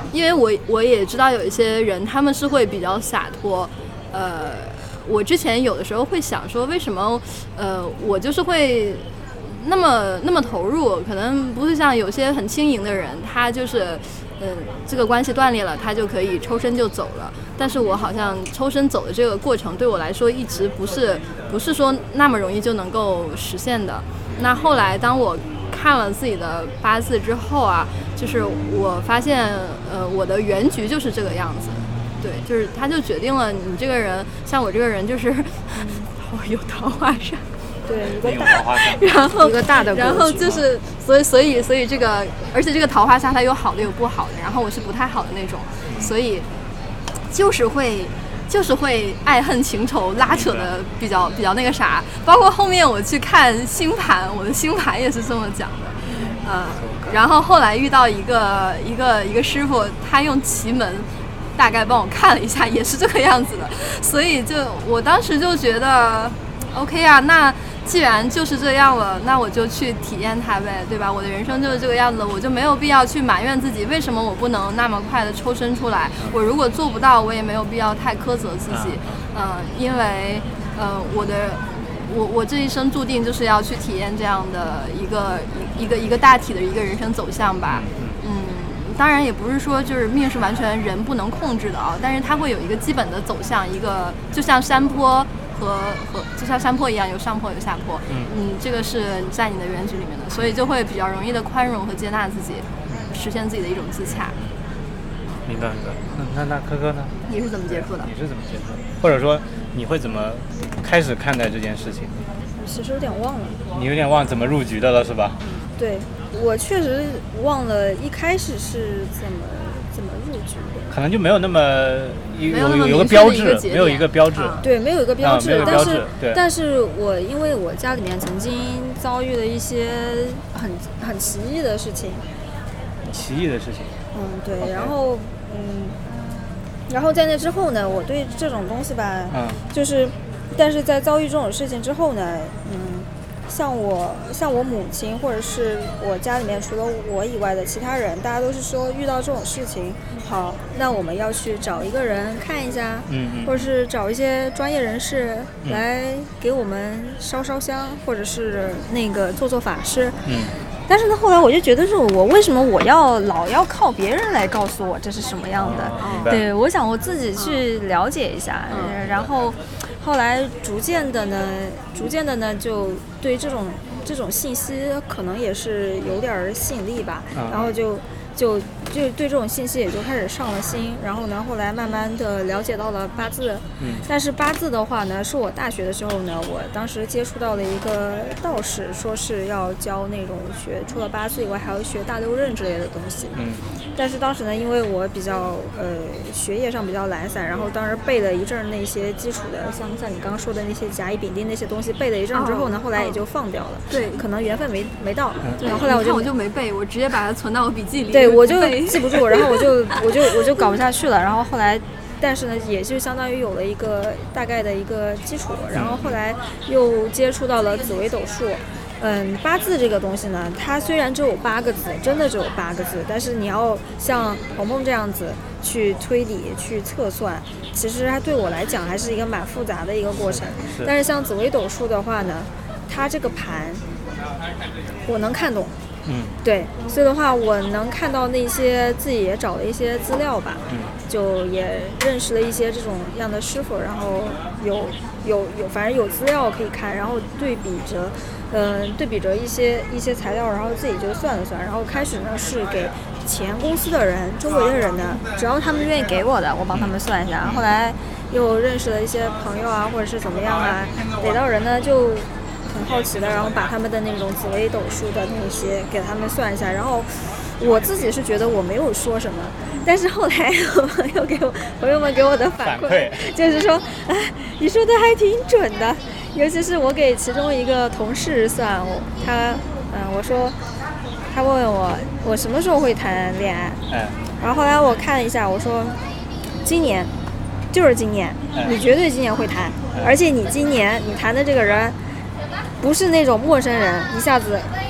因为我我也知道有一些人他们是会比较洒脱，呃，我之前有的时候会想说，为什么呃我就是会那么那么投入，可能不是像有些很轻盈的人，他就是嗯这个关系断裂了，他就可以抽身就走了。但是我好像抽身走的这个过程对我来说一直不是不是说那么容易就能够实现的。那后来当我看了自己的八字之后啊，就是我发现呃我的原局就是这个样子。对，就是他就决定了你这个人，像我这个人就是我有桃花煞。 对，一个大， 然后一个大的， 然后就是，所以所以所以这个，而且这个桃花煞它有好的有不好的，然后我是不太好的那种，所以就是会就是会爱恨情仇拉扯的比较比较那个啥，包括后面我去看星盘，我的星盘也是这么讲的，呃，然后后来遇到一个一个一个师傅，他用奇门大概帮我看了一下，也是这个样子的，所以就我当时就觉得 OK 啊，那既然就是这样了，那我就去体验它呗，对吧？我的人生就是这个样子，我就没有必要去埋怨自己为什么我不能那么快的抽身出来。我如果做不到，我也没有必要太苛责自己，嗯、呃，因为呃，我的我我这一生注定就是要去体验这样的一个一个一个大体的一个人生走向吧，嗯。当然也不是说就是命是完全人不能控制的啊，但是它会有一个基本的走向，一个就像山坡。和和就像山坡一样，有上坡有下坡，嗯嗯，这个是在你的原局里面的，所以就会比较容易的宽容和接纳自己，实现自己的一种自洽。 明白明白。那那那科科呢？ 你是怎么接触的？ 你是怎么接触的？或者说你会怎么开始看待这件事情？ 我其实有点忘了。 你有点忘怎么入局的了是吧？ 对，我确实忘了一开始是怎么怎么入局的。 可能就没有那么有有有有个标志，没有一个标志， 啊、对，没有一个标志， 啊、 但是对但是我因为我家里面曾经遭遇了一些很很奇异的事情， 奇异的事情， 嗯，对， okay. 然后嗯，然后在那之后呢，我对这种东西吧， 嗯， 就是，但是在遭遇这种事情之后呢，嗯。像我像我母亲或者是我家里面除了我以外的其他人，大家都是说遇到这种事情，好，那我们要去找一个人看一下， 嗯嗯， 或者是找一些专业人士来给我们烧烧香，或者是那个做做法事， 嗯。 但是呢，后来我就觉得是我为什么我要老要靠别人来告诉我这是什么样的？ 哦、 对，我想我自己去了解一下，嗯、然后。后来逐渐的呢，逐渐的呢，就对这种这种信息可能也是有点吸引力吧， 嗯、 然后就就就对这种信息也就开始上了心，然后呢，后来慢慢的了解到了八字， 嗯， 但是八字的话呢，是我大学的时候呢，我当时接触到了一个道士，说是要教那种学除了八字以外还要学大六壬之类的东西， 嗯， 但是当时呢，因为我比较呃学业上比较懒散，然后当时背了一阵那些基础的，像像你刚刚说的那些甲乙丙丁那些东西，背了一阵之后呢， 哦、 后来也就放掉了， 对， 可能缘分没没到， 对， 然后后来我就我就没背，我直接把它存到我笔记里， 对，我就记不住，然后我就我就我就搞不下去了，然后后来。但是呢，也就相当于有了一个大概的一个基础，然后后来又接触到了紫微斗数。嗯，八字这个东西呢，它虽然只有八个字，真的只有八个字，但是你要像鹏鹏这样子去推理、去测算，其实它对我来讲还是一个蛮复杂的一个过程。 是但是像紫微斗数的话呢，它这个盘我能看懂。 嗯， 对，所以的话，我能看到那些自己也找了一些资料吧， 嗯， 就也认识了一些这种样的师傅，然后有有有，反正有资料可以看，然后对比着，嗯、呃，对比着一些一些材料，然后自己就算了算，然后开始呢是给前公司的人、周围的人呢，只要他们愿意给我的，我帮他们算一下。后来又认识了一些朋友啊，或者是怎么样啊，逮到人呢就。很好奇的，然后把他们的那种紫微斗数的那些给他们算一下，然后我自己是觉得我没有说什么，但是后来我朋友给我朋友们给我的反馈就是说，啊，你说的还挺准的，尤其是我给其中一个同事算，我他嗯我说他问我我什么时候会谈恋爱， 嗯， 然后后来我看了一下，我说今年就是今年，你绝对今年会谈，而且你今年你谈的这个人。不是那种陌生人，一下子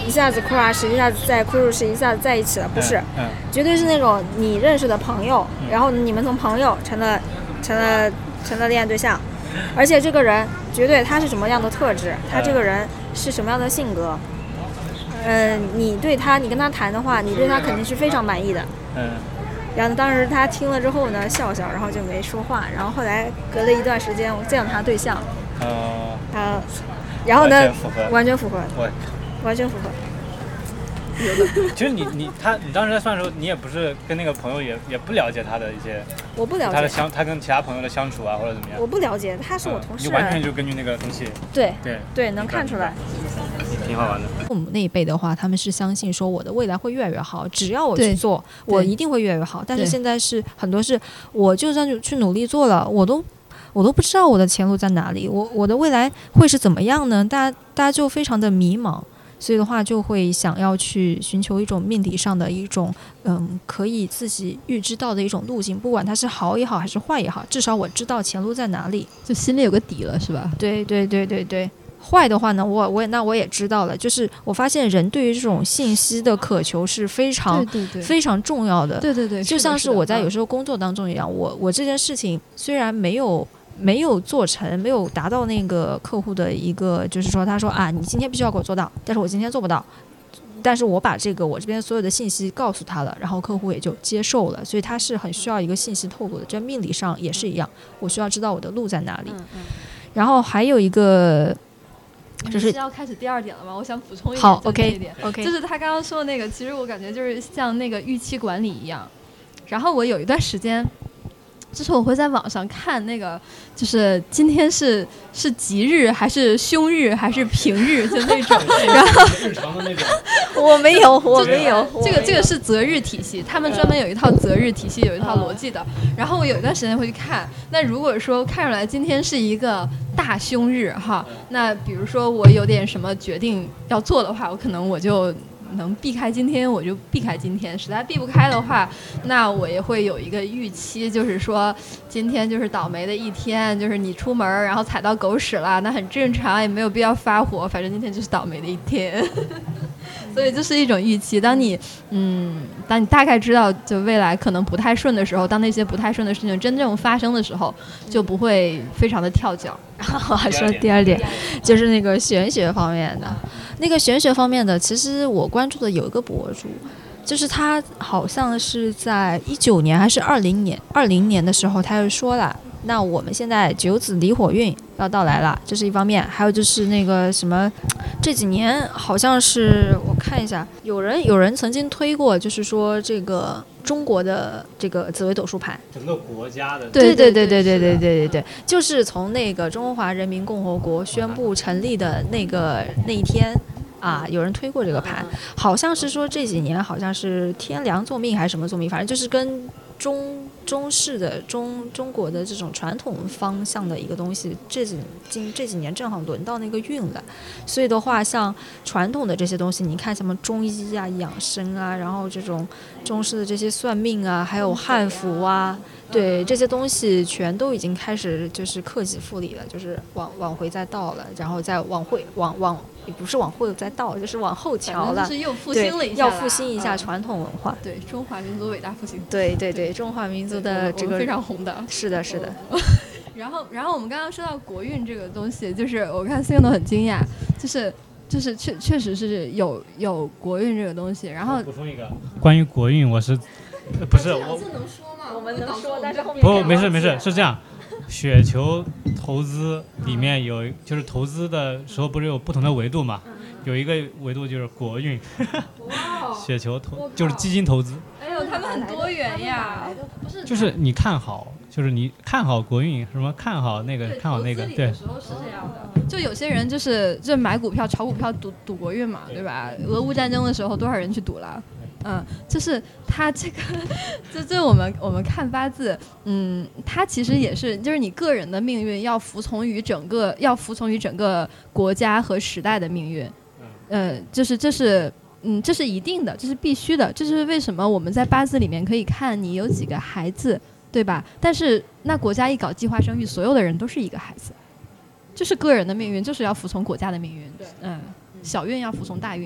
一下子 crush， 一下子在 crush， 一下子在一起了，不是， 嗯嗯、 绝对是那种你认识的朋友，嗯、然后你们从朋友成了成了成了恋爱对象，而且这个人绝对他是什么样的特质，他这个人是什么样的性格，嗯、呃，你对他，你跟他谈的话，你对他肯定是非常满意的， 嗯。 然后当时他听了之后呢，笑笑，然后就没说话。然后后来隔了一段时间，我见到他对象， 呃， 他，然后呢， 完全符合， 完全符合，完全符合。 其实你你他你当时在算的时候，你也不是跟那个朋友也也不了解他的一些， 我不了解他的相他跟其他朋友的相处啊或者怎么样， 我不了解，他是我同事， 嗯、你完全就根据那个东西， 对对对，能看出来。 挺好玩的。 父母那一辈的话，他们是相信说我的未来会越来越好，只要我去做，我一定会越来越好。但是现在是很多是，我就算去努力做了，我都我都不知道我的前路在哪里，我我的未来会是怎么样呢？大家大家就非常的迷茫，所以的话就会想要去寻求一种命理上的一种嗯可以自己预知到的一种路径，不管它是好也好还是坏也好，至少我知道前路在哪里， 就心里有个底了，是吧？ 对对对对对。坏的话呢，我我那我也知道了，就是我发现人对于这种信息的渴求是非常对对对非常重要的。 对对对， 就像是我在有时候工作当中一样，我我这件事情虽然没有没有做成，没有达到那个客户的一个，就是说他说啊，你今天必须要给我做到，但是我今天做不到。但是我把这个我这边所有的信息告诉他了，然后客户也就接受了，所以他是很需要一个信息透露的。在命理上也是一样，我需要知道我的路在哪里。 嗯嗯、 然后还有一个。 就是要开始第二点了吗？我想补充一点， 好 ，OK， 一点 OK， 就是他刚刚说的那个，其实我感觉就是像那个预期管理一样。然后我有一段时间，就是我会在网上看那个，就是今天是是吉日还是凶日还是平日，就那种。然后日常的那种。 我没有，我没有。 这个这个是择日体系，他们专门有一套择日体系，有一套逻辑的。然后我有一段时间会去看，那如果说看出来今天是一个大凶日哈，那比如说我有点什么决定要做的话，我可能我就能避开今天我就避开今天，实在避不开的话，那我也会有一个预期，就是说今天就是倒霉的一天，就是你出门然后踩到狗屎了，那很正常，也没有必要发火，反正今天就是倒霉的一天。所以这是一种预期，当你嗯，当你大概知道就未来可能不太顺的时候，当那些不太顺的事情真正发生的时候，就不会非常的跳脚。 然后还说第二点，就是那个玄学方面的，那个玄学方面的，其实我关注的有一个博主，就是他好像是在一九年还是二零年，二零年的时候，他就说了。那我们现在九子离火运要到来了，这是一方面，还有就是那个什么，这几年好像是我看一下，有人有人曾经推过，就是说这个中国的这个紫微斗数盘， 整个国家的， 对对对对对对对对对，就是从那个中华人民共和国宣布成立的那个那一天。啊，有人推过这个盘，好像是说这几年好像是天梁坐命还是什么坐命，反正就是跟中中式的中中国的这种传统方向的一个东西，这几今这几年正好轮到那个运了，所以的话，像传统的这些东西，你看什么中医啊、养生啊，然后这种中式的这些算命啊，还有汉服啊。对，这些东西全都已经开始就是克己复礼了，就是往往回再倒了，然后再往回往往也不是往回再倒，就是往后调了， 就是又复兴了一下， 要复兴一下传统文化。 嗯、对，中华民族伟大复兴。 对对对，中华民族的这个非常红的。 是的，是的。 然后，然后我们刚刚说到国运这个东西，就是我看四个都很惊讶，就是就是确确实是有有国运这个东西。然后补充一个，关于国运，我是。不是我， 我们能说，但是后面不，没事没事，是这样，雪球投资里面有，就是投资的时候不是有不同的维度嘛？有一个维度就是国运，雪球投就是基金投资。 哎呦，他们很多元呀， 就是你看好，就是你看好国运，什么看好那个，看好那个，对。 有时候是这样的，就有些人就是就买股票、炒股票赌赌国运嘛，对吧？俄乌战争的时候，多少人去赌了？嗯，就是他这个，就就我们我们看八字，嗯，他其实也是，就是你个人的命运要服从于整个，要服从于整个国家和时代的命运，呃，就是这是，嗯，这是一定的，这是必须的，这是为什么我们在八字里面可以看你有几个孩子，对吧？但是那国家一搞计划生育，所有的人都是一个孩子，就是个人的命运就是要服从国家的命运，嗯，小运要服从大运。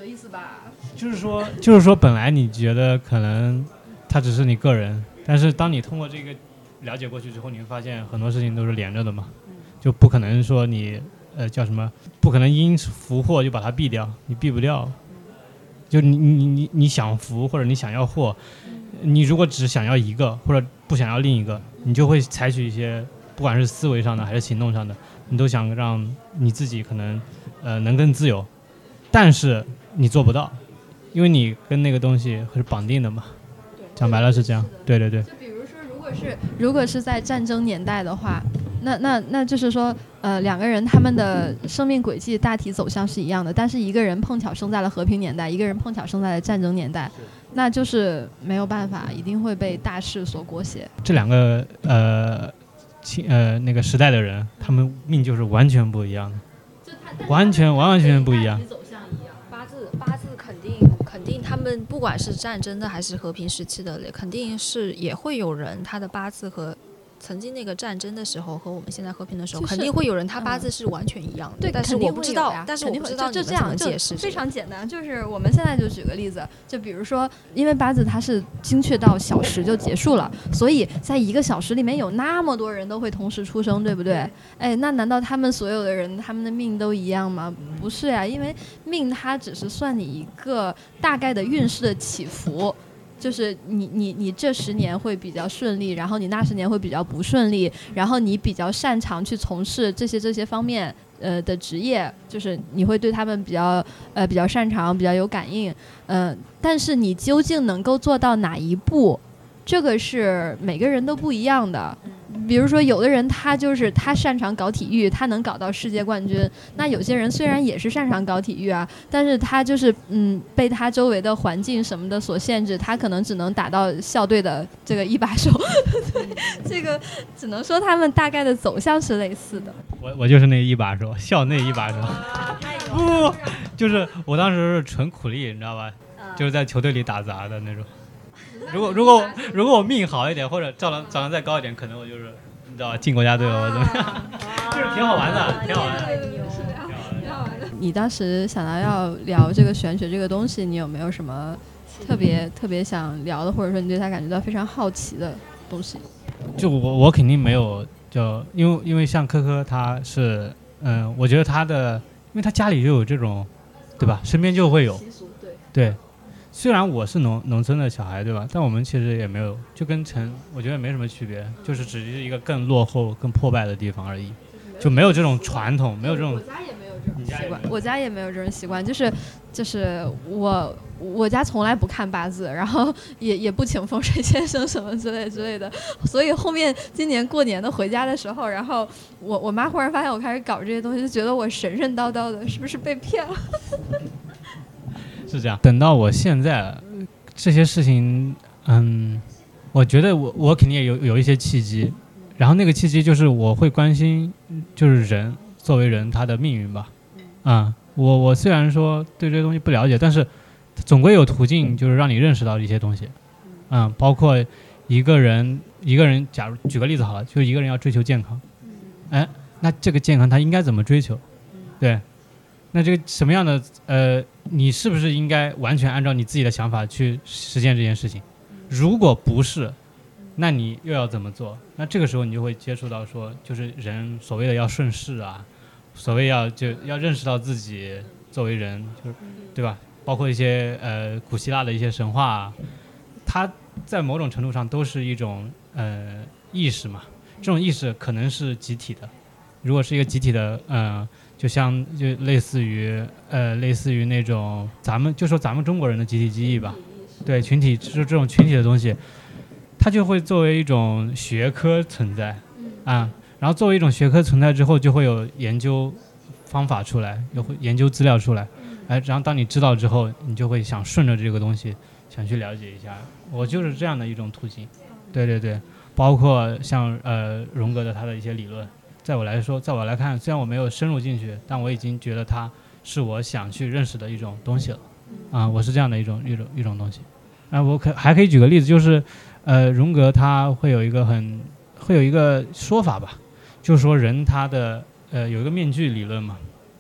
有意思吧？ 就是说，就是说，本来你觉得可能它只是你个人，但是当你通过这个了解过去之后，你会发现很多事情都是连着的嘛，就不可能说你呃叫什么，不可能因福祸就把它避掉，你避不掉。就你你你你想福或者你想要祸，你如果只想要一个或者不想要另一个，你就会采取一些不管是思维上的还是行动上的，你都想让你自己可能呃能更自由，但是你做不到。因为你跟那个东西是绑定的嘛，讲白了是这样。对对对。 就比如说，如果是如果是在战争年代的话，那那那就是说，呃，两个人他们的生命轨迹大体走向是一样的，但是一个人碰巧生在了和平年代，一个人碰巧生在了战争年代，那就是没有办法，一定会被大势所裹挟。 这两个呃呃那个时代的人，他们命就是完全不一样的，完全完完全全不一样。 八字八字肯定肯定，他们不管是战争的还是和平时期的，肯定是也会有人他的八字和曾经那个战争的时候和我们现在和平的时候， 就是、 肯定会有人他八字是完全一样的。 对， 但是我不知道，但是我不知道就这样， 解释非常简单。就是我们现在就举个例子，就比如说，因为八字它是精确到小时就结束了，所以在一个小时里面有那么多人都会同时出生，对不对？哎，那难道他们所有的人他们的命都一样吗？不是呀，因为命它只是算你一个大概的运势的起伏。就是你你你这十年会比较顺利，然后你那十年会比较不顺利，然后你比较擅长去从事这些这些方面呃的职业，就是你会对他们比较呃比较擅长，比较有感应，呃，但是你究竟能够做到哪一步，这个是每个人都不一样的。比如说有的人他就是他擅长搞体育，他能搞到世界冠军，那有些人虽然也是擅长搞体育啊，但是他就是嗯被他周围的环境什么的所限制，他可能只能打到校队的这个一把手对，这个只能说他们大概的走向是类似的。 我我就是那一把手，校内一把手不就是我当时是纯苦力，你知道吧，就是在球队里打杂的那种。如果如果如果我命好一点，或者长得长得再高一点，可能我就是你知道吧，进国家队了，我怎么样？就是挺好玩的，挺好玩的。 你当时想到要聊这个玄学这个东西，你有没有什么特别特别想聊的，或者说你对他感觉到非常好奇的东西？ 就我我肯定没有，就因为因为像科科他是嗯、呃，我觉得他的，因为他家里就有这种，对吧？身边就会有，对。虽然我是农农村的小孩，对吧？但我们其实也没有，就跟城我觉得没什么区别，就是只是一个更落后、更破败的地方而已，就没有这种传统，没有这种。 我家也没有这种习惯，我家也没有这种习惯，就是就是我我家从来不看八字，然后也也不请风水先生什么之类之类的，所以后面今年过年的回家的时候，然后我我妈忽然发现我开始搞这些东西，就觉得我神神叨叨的，是不是被骗了？ 是这样，等到我现在这些事情，嗯，我觉得我我肯定也有有一些契机，然后那个契机就是我会关心，就是人作为人他的命运吧，啊、嗯，我我虽然说对这些东西不了解，但是总归有途径，就是让你认识到一些东西，嗯，包括一个人一个人，假如举个例子好了，就是一个人要追求健康，哎，那这个健康他应该怎么追求？对。那这个什么样的呃，你是不是应该完全按照你自己的想法去实现这件事情？如果不是，那你又要怎么做？那这个时候你就会接触到说，就是人所谓的要顺势啊，所谓要就要认识到自己作为人，就是对吧？包括一些呃古希腊的一些神话啊，它在某种程度上都是一种呃意识嘛。这种意识可能是集体的，如果是一个集体的，呃。就像就类似于呃类似于那种咱们就说咱们中国人的集体记忆吧，对群体就是这种群体的东西，它就会作为一种学科存在啊，然后作为一种学科存在之后，就会有研究方法出来，有研究资料出来，哎，然后当你知道之后，你就会想顺着这个东西想去了解一下，我就是这样的一种途径，对对对，包括像呃荣格的他的一些理论。在我来说，在我来看，虽然我没有深入进去，但我已经觉得它是我想去认识的一种东西了。啊，我是这样的一种一种一种东西。啊，我可还可以举个例子，就是，呃，荣格他会有一个很会有一个说法吧，就是说人他的呃有一个面具理论嘛，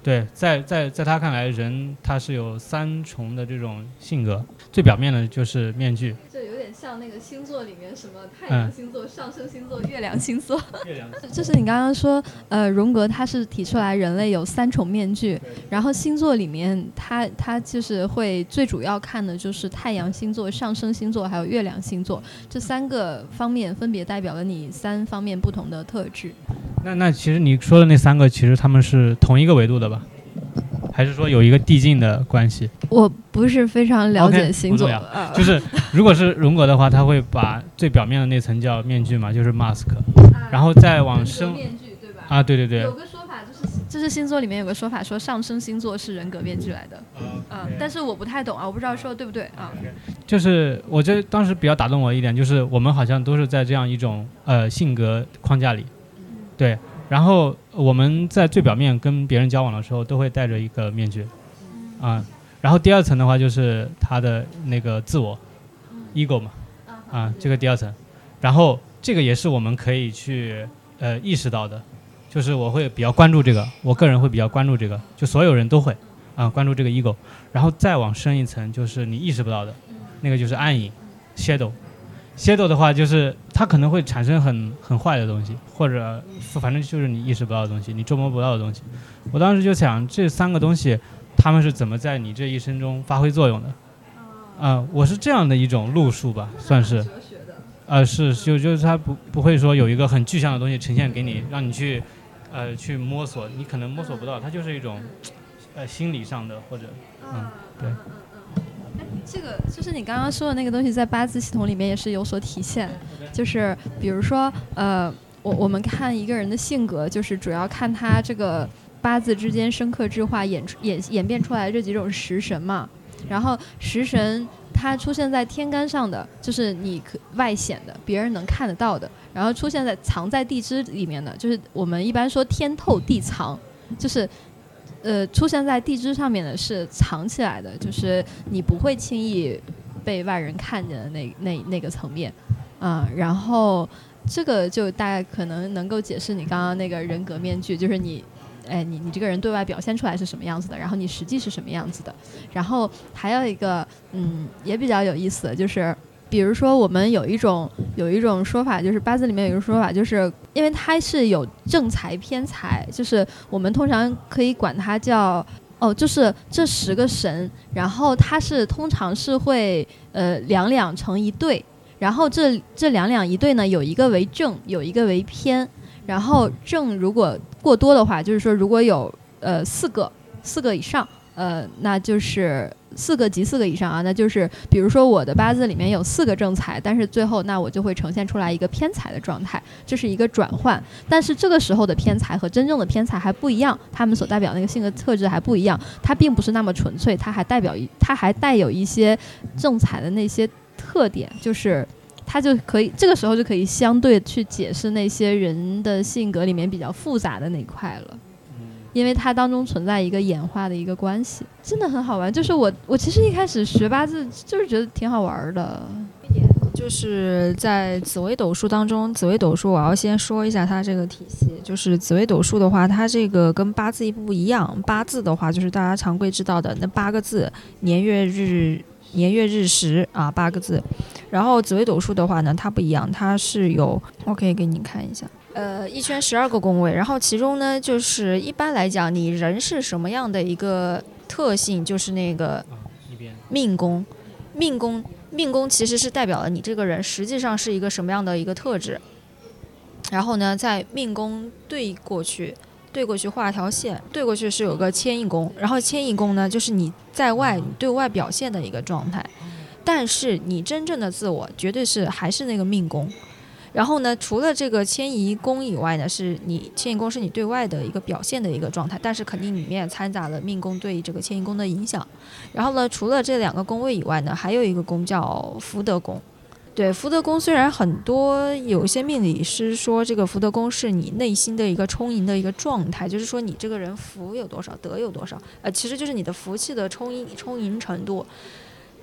对，在在在他看来，人他是有三重的这种性格，最表面的就是面具， 就有点像那个星座里面什么太阳星座、嗯、上升星座、月亮星座。月亮就是你刚刚说，呃，荣格他是提出来人类有三重面具，然后星座里面他他就是会最主要看的就是太阳星座、上升星座还有月亮星座这三个方面，分别代表了你三方面不同的特质。 那那其实你说的那三个，其实他们是同一个维度的吧？还是说有一个递进的关系？ 我不是非常了解星座， okay, 啊、就是如果是荣格的话，他会把最表面的那层叫面具嘛，就是 mask，、啊、然后再往深面具对吧？ 啊，对对对。 有个说法就是，就是星座里面有个说法说上升星座是人格面具来的，嗯、uh, 啊，但是我不太懂啊，我不知道说的对不对啊。 就是我觉得当时比较打动我一点，就是我们好像都是在这样一种呃性格框架里，对。然后我们在最表面跟别人交往的时候都会戴着一个面具啊、嗯，然后第二层的话就是他的那个自我 ego 嘛啊，这个第二层，然后这个也是我们可以去呃意识到的，就是我会比较关注这个，我个人会比较关注这个，就所有人都会啊关注这个 ego， 然后再往深一层就是你意识不到的那个就是暗影 shadow。shadow 的话就是它可能会产生很很坏的东西，或者反正就是你意识不到的东西，你捉摸不到的东西。我当时就想这三个东西他们是怎么在你这一生中发挥作用的啊、呃，我是这样的一种路数吧，算是呃是就就是它不不会说有一个很具象的东西呈现给你让你去呃去摸索，你可能摸索不到，它就是一种呃心理上的或者嗯对。 这个就是你刚刚说的那个东西，在八字系统里面也是有所体现。就是比如说，呃，我我们看一个人的性格，就是主要看他这个八字之间生克制化演演演变出来的这几种食神嘛。然后食神它出现在天干上的，就是你外显的，别人能看得到的；然后出现在藏在地支里面的，就是我们一般说天透地藏，就是。呃，出现在地支上面的是藏起来的，就是你不会轻易被外人看见的那那那个层面，啊、呃，然后这个就大概可能能够解释你刚刚那个人格面具，就是你，哎，你你这个人对外表现出来是什么样子的，然后你实际是什么样子的，然后还有一个，嗯，也比较有意思的就是。比如说我们有一种有一种说法，就是八字里面有一个说法，就是因为它是有正财偏财，就是我们通常可以管它叫哦，就是这十个神，然后它是通常是会呃两两成一对，然后这这两两一对呢，有一个为正，有一个为偏，然后正如果过多的话，就是说如果有呃四个四个以上。呃，那就是四个及四个以上啊，那就是比如说我的八字里面有四个正财，但是最后那我就会呈现出来一个偏财的状态，这是一个转换。但是这个时候的偏财和真正的偏财还不一样，他们所代表那个性格特质还不一样，它并不是那么纯粹，它还代表一，它还带有一些正财的那些特点，就是它就可以这个时候就可以相对去解释那些人的性格里面比较复杂的那一块了。因为它当中存在一个演化的一个关系，真的很好玩。就是我，我其实一开始学八字就是觉得挺好玩的。 就是在紫微斗数当中，紫微斗数我要先说一下它这个体系。就是紫微斗数的话，它这个跟八字一不一样。八字的话，就是大家常规知道的那八个字，年月日年月日时啊，八个字。然后紫微斗数的话呢，它不一样，它是有，我可以给你看一下。呃，一圈十二个宫位，然后其中呢，就是一般来讲，你人是什么样的一个特性，就是那个命宫，命宫，命宫其实是代表了你这个人实际上是一个什么样的一个特质。然后呢，在命宫对过去，对过去画一条线，对过去是有个迁移宫，然后迁移宫呢，就是你在外你对外表现的一个状态，但是你真正的自我绝对是还是那个命宫。然后呢，除了这个迁移宫以外呢，是你迁移宫是你对外的一个表现的一个状态，但是肯定里面掺杂了命宫对这个迁移宫的影响。然后呢，除了这两个宫位以外呢，还有一个宫叫福德宫。对，福德宫虽然很多有一些命理师说这个福德宫是你内心的一个充盈的一个状态，就是说你这个人福有多少，德有多少，呃，其实就是你的福气的充盈充盈程度。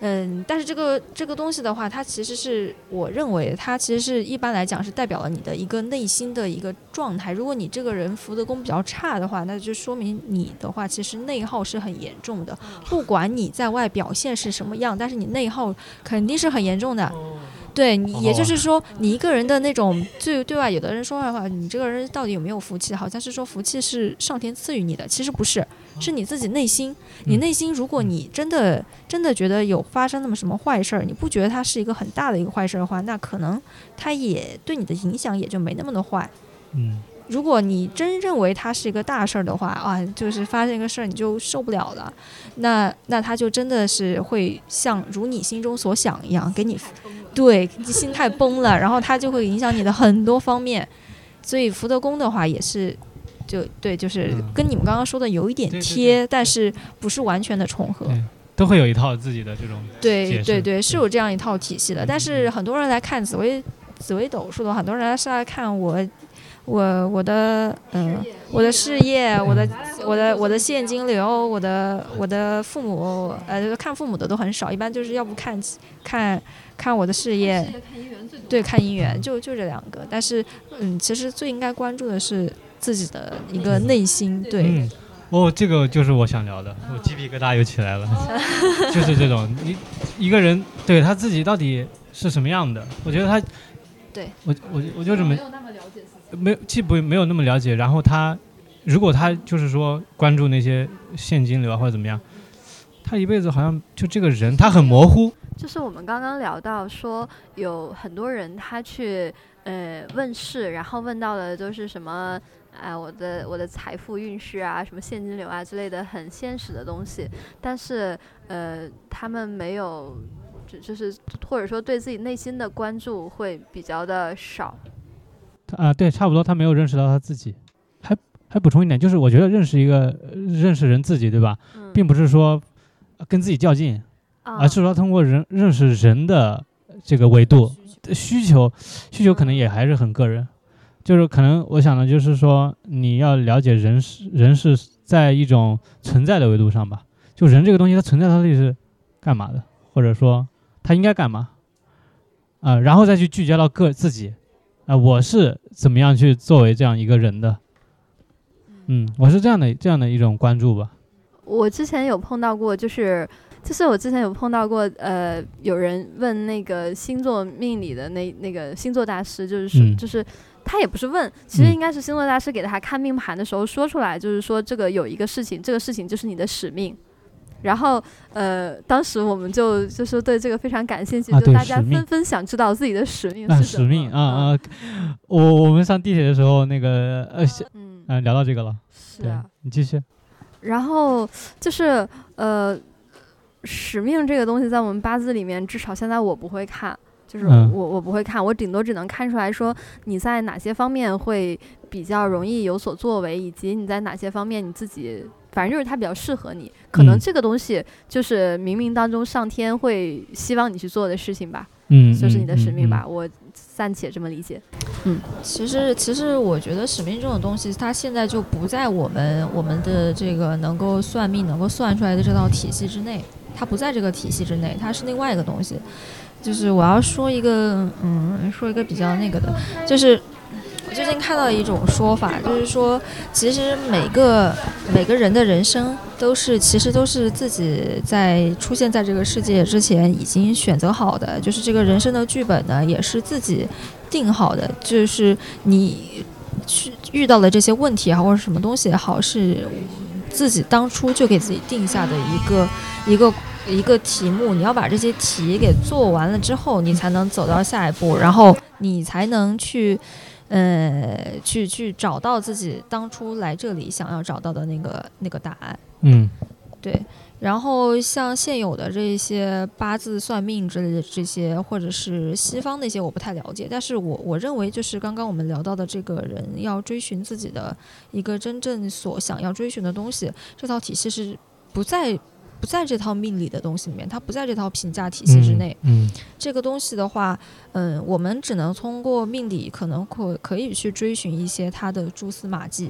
嗯，但是这个这个东西的话，它其实是我认为它其实是一般来讲是代表了你的一个内心的一个状态。如果你这个人福德宫比较差的话，那就说明你的话其实内耗是很严重的。不管你在外表现是什么样，但是你内耗肯定是很严重的。对，你也就是说，你一个人的那种对对外，有的人说的话，你这个人到底有没有福气？好像是说福气是上天赐予你的，其实不是，是你自己内心。你内心，如果你真的真的觉得有发生那么什么坏事儿，你不觉得它是一个很大的一个坏事的话，那可能它也对你的影响也就没那么的坏。 嗯。 如果你真认为它是一个大事儿的话啊，就是发生一个事儿你就受不了了，那那它就真的是会像如你心中所想一样，给你对心态崩了，然后它就会影响你的很多方面。所以福德宫的话也是，就对，就是跟你们刚刚说的有一点贴， 对对对， 但是不是完全的重合。 都会有一套自己的这种对对对，是有这样一套体系的。但是很多人来看紫微紫微斗数的话，很多人是来看我。我我的嗯、呃，我的事业，我的我的我的现金流，我的我的父母，呃，看父母的都很少，一般就是要不看看看我的事业，对，看姻缘，就就这两个。但是嗯，其实最应该关注的是自己的一个内心，对。 嗯，哦，这个就是我想聊的，我鸡皮疙瘩又起来了，就是这种你一个人对他自己到底是什么样的，我觉得他， 对我我我就这么。没有，既不没有那么了解，然后他，如果他就是说关注那些现金流啊或者怎么样，他一辈子好像就这个人他很模糊。 就是我们刚刚聊到说，有很多人他去呃问事，然后问到的都是什么啊、呃，我的我的财富运势啊，什么现金流啊之类的很现实的东西，但是呃他们没有，就是或者说对自己内心的关注会比较的少。 啊、呃，对，差不多，他没有认识到他自己。还还补充一点，就是我觉得认识一个认识人自己，对吧？嗯、并不是说跟自己较劲，嗯、而是说通过人认识人的这个维度需求，需求可能也还是很个人。就是可能我想的就是说，你要了解人是人是在一种存在的维度上吧。就人这个东西，它存在到底是干嘛的，或者说它应该干嘛啊、呃，然后再去聚焦到个自己。啊、呃，我是怎么样去作为这样一个人的？嗯，我是这样的这样的一种关注吧。 我之前有碰到过，就是就是我之前有碰到过，呃，有人问那个星座命理的那那个星座大师，就是说、嗯、就是他也不是问，其实应该是星座大师给他看命盘的时候说出来，嗯、就是说这个有一个事情，这个事情就是你的使命。然后，呃，当时我们就就是对这个非常感兴趣， 啊、 就大家纷纷想知道自己的使命是什么。 啊、使命啊啊！我我们上地铁的时候，那个呃嗯、呃、聊到这个了。 是啊， 你继续。 然后就是呃，使命这个东西在我们八字里面，至少现在我不会看，就是我、嗯、我不会看，我顶多只能看出来说你在哪些方面会比较容易有所作为，以及你在哪些方面你自己。反正就是它比较适合你，可能这个东西就是冥冥当中上天会希望你去做的事情吧， 嗯， 就是你的使命吧， 嗯嗯嗯、 我暂且这么理解。嗯， 其实其实我觉得使命这种东西，它现在就不在我们我们的这个能够算命能够算出来的这套体系之内，它不在这个体系之内，它是另外一个东西。就是我要说一个，嗯，说一个比较那个的，就是。我最近看到一种说法，就是说，其实每个每个人的人生都是，其实都是自己在出现在这个世界之前已经选择好的，就是这个人生的剧本呢，也是自己定好的，就是你去遇到的这些问题啊，或者什么东西也好，是自己当初就给自己定下的一个一个一个题目，你要把这些题给做完了之后，你才能走到下一步，然后你才能去。呃，去去找到自己当初来这里想要找到的那个那个答案。 嗯， 对。然后像现有的这些八字算命之类的这些，或者是西方那些，我不太了解。但是我我认为，就是刚刚我们聊到的这个人要追寻自己的一个真正所想要追寻的东西，这套体系是不在。不在这套命理的东西里面，它不在这套评价体系之内。 嗯，嗯这个东西的话，嗯，我们只能通过命理，可能可可以去追寻一些它的蛛丝马迹，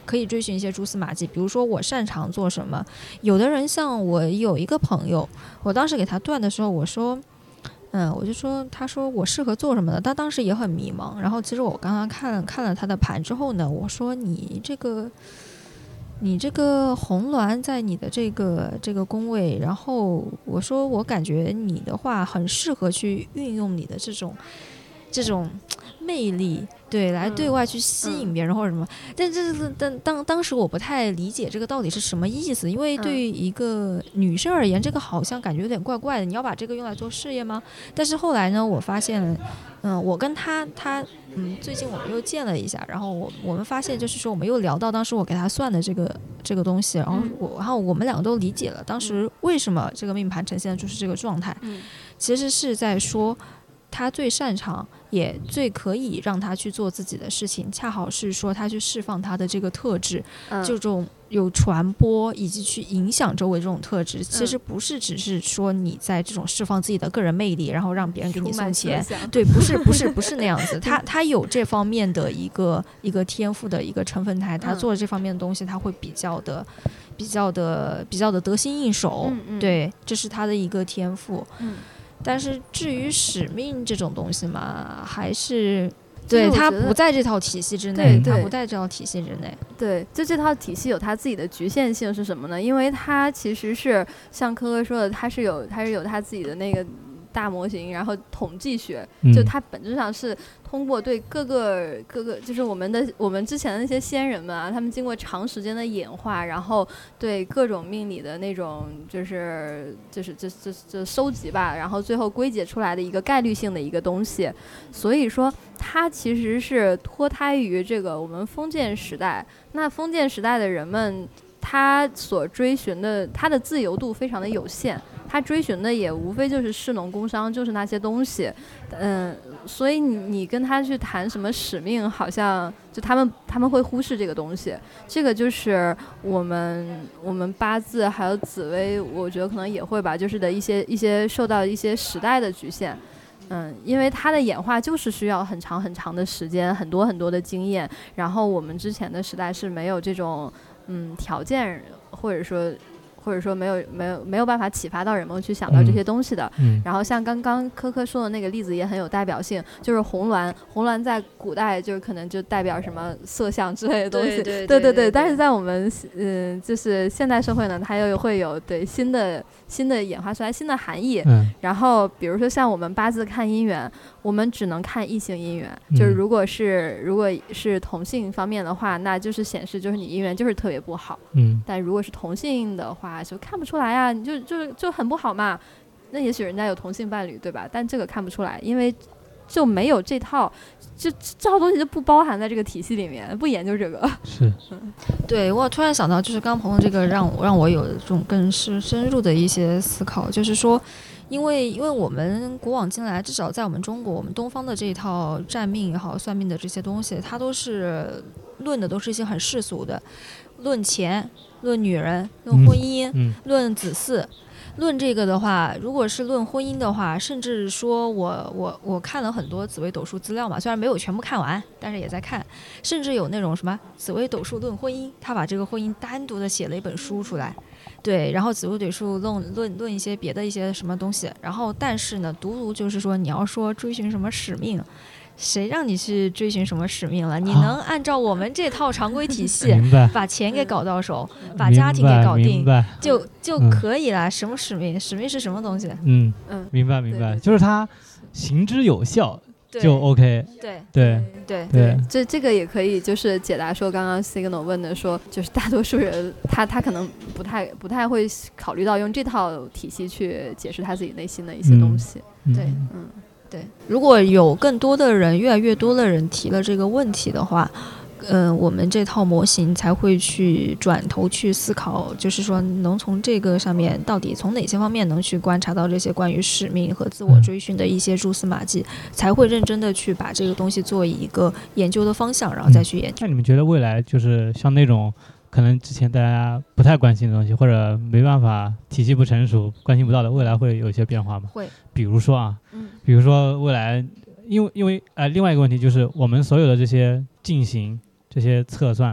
可以追寻一些蛛丝马迹，比如说我擅长做什么。有的人像我有一个朋友，我当时给他断的时候，我说嗯，我就说，他说我适合做什么的，他当时也很迷茫。然后其实我刚刚看看了他的盘之后呢，我说你这个，你这个红鸾在你的这个这个宫位，然后我说我感觉你的话很适合去运用你的这种这种魅力，对，来对外去吸引别人或者什么。嗯、但这是当当当时我不太理解这个到底是什么意思，因为对于一个女生而言，这个好像感觉有点怪怪的。你要把这个用来做事业吗？但是后来呢，我发现，嗯，我跟他他嗯，最近我们又见了一下，然后我我们发现就是说，我们又聊到当时我给他算的这个这个东西，然后我然后我们两个都理解了当时为什么这个命盘呈现的就是这个状态，其实是在说。他最擅长也最可以让他去做自己的事情，恰好是说他去释放他的这个特质，嗯、这种有传播以及去影响周围这种特质，其实不是只是说你在这种释放自己的个人魅力，然后让别人给你送钱，对，不是不是不是那样子，他他有这方面的一个一个天赋的一个成分在，他做这方面的东西，他会比较的比较的比较的得心应手，嗯嗯对，这是他的一个天赋。嗯但是至于使命这种东西嘛，还是对它不在这套体系之内，它不在这套体系之内。 对，就这套体系有它自己的局限性是什么呢？因为它其实是像科科说的，它是有它是有它自己的那个大模型，然后统计学，就它本质上是通过对各个各个，就是我们的我们之前的那些先人们啊，他们经过长时间的演化，然后对各种命理的那种就是就是就就就收集吧，然后最后归结出来的一个概率性的一个东西。所以说它其实是脱胎于这个我们封建时代。那封建时代的人们，他所追寻的他的自由度非常的有限，他追寻的也无非就是士农工商，就是那些东西，嗯，所以你你跟他去谈什么使命，好像就他们他们会忽视这个东西。这个就是我们我们八字还有紫微，我觉得可能也会吧，就是的一些一些受到一些时代的局限。嗯，因为它的演化就是需要很长很长的时间，很多很多的经验，然后我们之前的时代是没有这种嗯条件，或者说或者说没有没有没有办法启发到人们去想到这些东西的。嗯、然后像刚刚科科说的那个例子也很有代表性，就是红鸾，红鸾在古代就是可能就代表什么色相之类的东西，对对 对, 对, 对, 对。但是在我们嗯就是现代社会呢，它又会有对新的新的演化出来新的含义。嗯、然后比如说像我们八字看姻缘，我们只能看异性姻缘，嗯、就是如果是如果是同性方面的话，那就是显示就是你姻缘就是特别不好。嗯，但如果是同性的话，就看不出来啊，你就就就很不好嘛。那也许人家有同性伴侣，对吧？但这个看不出来，因为就没有这套，就这套东西就不包含在这个体系里面，不研究这个。 是， 嗯、对我突然想到，就是刚朋友这个让我让我有这种更深深入的一些思考，就是说。因为因为我们古往今来，至少在我们中国，我们东方的这一套占命也好、算命的这些东西，它都是论的都是一些很世俗的，论钱、论女人、论婚姻、嗯嗯、论子嗣。论这个的话，如果是论婚姻的话，甚至说我我我看了很多紫微斗数资料嘛，虽然没有全部看完，但是也在看，甚至有那种什么紫微斗数论婚姻，他把这个婚姻单独的写了一本书出来。对，然后紫微斗数论论论一些别的一些什么东西，然后但是呢，独独就是说你要说追寻什么使命，谁让你去追寻什么使命了？你能按照我们这套常规体系，把钱给搞到手，把家庭给搞定，就就可以了。嗯、什么使命？使命是什么东西？ 嗯嗯，明白明白，就是它行之有效。就 OK， 对对对对， 这这个也可以就是解答说刚刚 Signal 问的说，就是大多数人他他可能不太不太会考虑到用这套体系去解释他自己内心的一些东西。 嗯、对，嗯对，如果有更多的人，越来越多的人提了这个问题的话。嗯、呃，我们这套模型才会去转头去思考，就是说能从这个上面到底从哪些方面能去观察到这些关于使命和自我追寻的一些蛛丝马迹，才会认真的去把这个东西做一个研究的方向，然后再去研究。 那、嗯、你们觉得未来就是像那种可能之前大家不太关心的东西，或者没办法体系不成熟关心不到的，未来会有一些变化吗？ 会。 比如说啊， 嗯， 比如说未来，因为因为呃，另外一个问题就是我们所有的这些进行。这些测算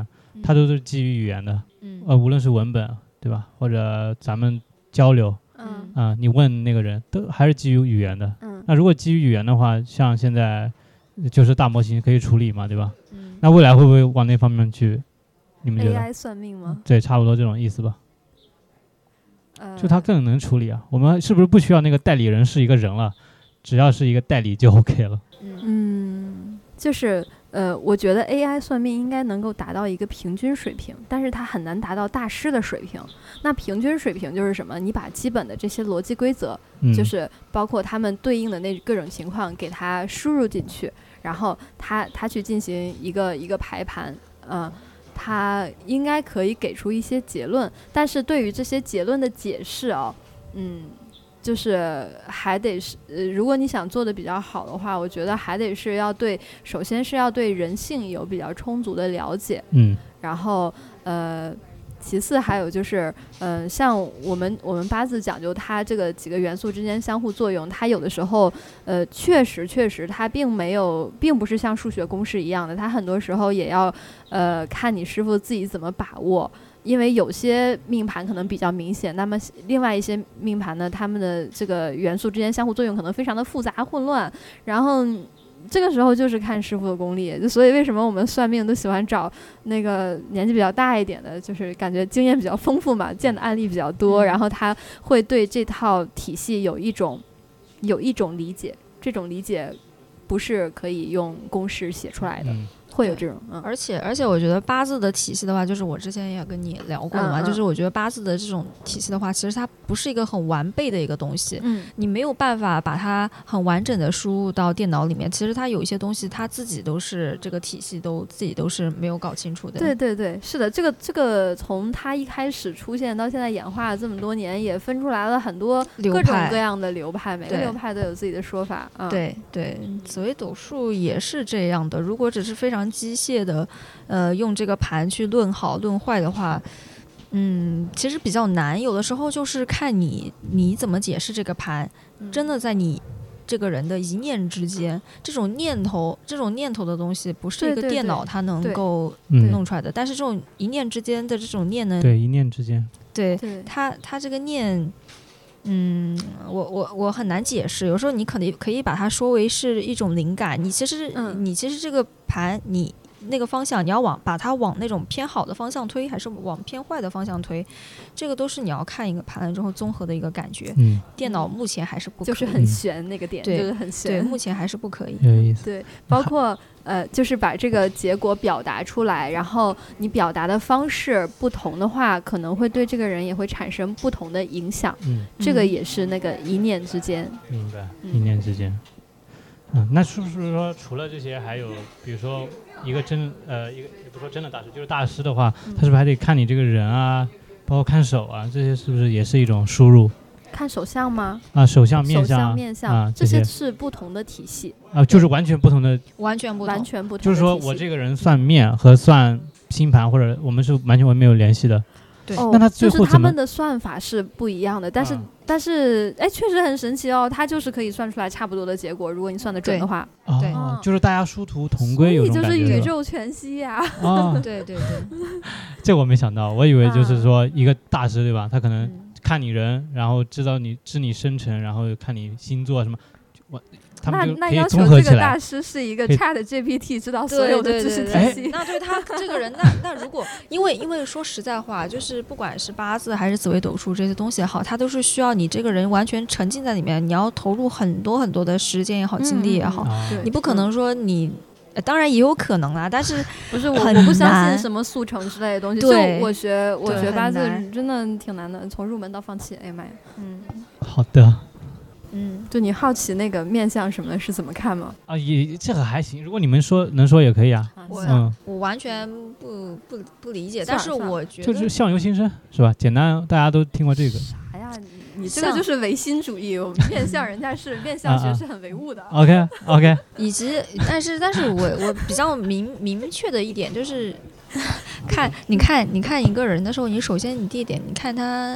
它都是基于语言的， 嗯呃，无论是文本对吧，或者咱们交流， 嗯啊、呃，你问那个人都还是基于语言的。 嗯， 那如果基于语言的话，像现在就是大模型可以处理嘛，对吧？ 嗯， 那未来会不会往那方面去？你们觉得 A I 算命吗？ 对，差不多这种意思吧。 呃， 就它更能处理啊。我们是不是不需要那个代理人是一个人了？只要是一个代理就 OK 了。 嗯，就是呃，我觉得 A I 算命应该能够达到一个平均水平，但是它很难达到大师的水平。那平均水平就是什么？你把基本的这些逻辑规则， 嗯、 就是包括他们对应的那各种情况，给它输入进去，然后它它去进行一个一个排盘，嗯、呃。他应该可以给出一些结论，但是对于这些结论的解释哦，嗯，就是还得是，呃，如果你想做的比较好的话，我觉得还得是要对，首先是要对人性有比较充足的了解， 嗯， 然后呃。其次还有就是，嗯、呃，像我们我们八字讲究它这个几个元素之间相互作用，它有的时候，呃，确实确实它并没有，并不是像数学公式一样的，它很多时候也要，呃，看你师傅自己怎么把握，因为有些命盘可能比较明显，那么另外一些命盘呢，它们的这个元素之间相互作用可能非常的复杂混乱，然后。这个时候就是看师傅的功力，所以为什么我们算命都喜欢找那个年纪比较大一点的，就是感觉经验比较丰富嘛，见的案例比较多，然后他会对这套体系有一种有一种理解，这种理解不是可以用公式写出来的。嗯，会有这种，嗯， 而且而且我觉得八字的体系的话，就是我之前也跟你聊过的嘛， 嗯嗯就是我觉得八字的这种体系的话，其实它不是一个很完备的一个东西， 嗯， 你没有办法把它很完整的输入到电脑里面。其实它有一些东西，它自己都是这个体系都自己都是没有搞清楚的。 对对对，是的，这个这个从它一开始出现到现在演化了这么多年，也分出来了很多各种各样的流派，每个流派都有自己的说法。嗯、 对对，紫微斗数也是这样的。如果只是非常机械的，呃，用这个盘去论好论坏的话，嗯，其实比较难。有的时候就是看你你怎么解释这个盘， 嗯、 真的在你这个人的一念之间，这种念头，这种念头的东西，不是一个电脑它能够弄出来的。但是这种一念之间的这种念呢， 对，一念之间， 对它它这个念。嗯，我我我很难解释。有时候你可能可以把它说为是一种灵感。你其实、嗯、你其实这个盘，你那个方向，你要往把它往那种偏好的方向推，还是往偏坏的方向推，这个都是你要看一个盘了之后综合的一个感觉。 嗯， 电脑目前还是不可以， 就是很悬那个点， 对， 就是很悬。 对，目前还是不可以。 有意思。 对，包括。呃，就是把这个结果表达出来，然后你表达的方式不同的话，可能会对这个人也会产生不同的影响。 嗯， 这个也是那个一念之间。 明白，一念之间。嗯，那是不是说除了这些，还有比如说一个真呃一个也不说真的大师，就是大师的话，他是不是还得看你这个人啊，包括看手啊，这些是不是也是一种输入？ 看手相吗？ 啊，手相、面相、手相、面相、 啊， 这些是不同的体系啊，就是完全不同的， 完全不同， 完全不同。 就是说我这个人算面和算星盘，或者我们是完全没有联系的。 对， 哦、 那他最后就是他们的算法是不一样的，但是、啊、但是哎，确实很神奇哦，它就是可以算出来差不多的结果，如果你算得准的话。 对，哦、就是大家殊途同归，有种感觉。 就是宇宙全息呀、 啊！哦， 对对对， 这我没想到，我以为就是说一个大师对吧？他可能。嗯，看你人，然后知道你知你生辰，然后看你星座什么，我他们就可以综合起来。 那那要求这个大师是一个 Chat G P T 知道所有的知识体系。 那对他这个人，那那如果因为因为说实在话，就是不管是八字还是紫微斗数这些东西也好，它都是需要你这个人完全沉浸在里面，你要投入很多很多的时间也好，精力也好， 嗯、 你不可能说你。当然也有可能啦，但是不是我我不相信什么速成之类的东西。 对， 就我学我学八字真的挺难的，从入门到放弃，哎呀妈呀！ 嗯， 好的。 嗯，就你好奇那个面相什么的是怎么看吗？ 啊，也这个还行，如果你们说能说也可以啊。 我嗯， 我完全不不不理解，但是我觉得就是相由心生是吧？简单，大家都听过这个。 啥呀？你这个就是唯心主义，我们面相人家是面相学是很唯物的。 啊、OK OK， 以及但是但是我我比较明明确的一点就是，看你看你看一个人的时候，你首先你第一点，你看他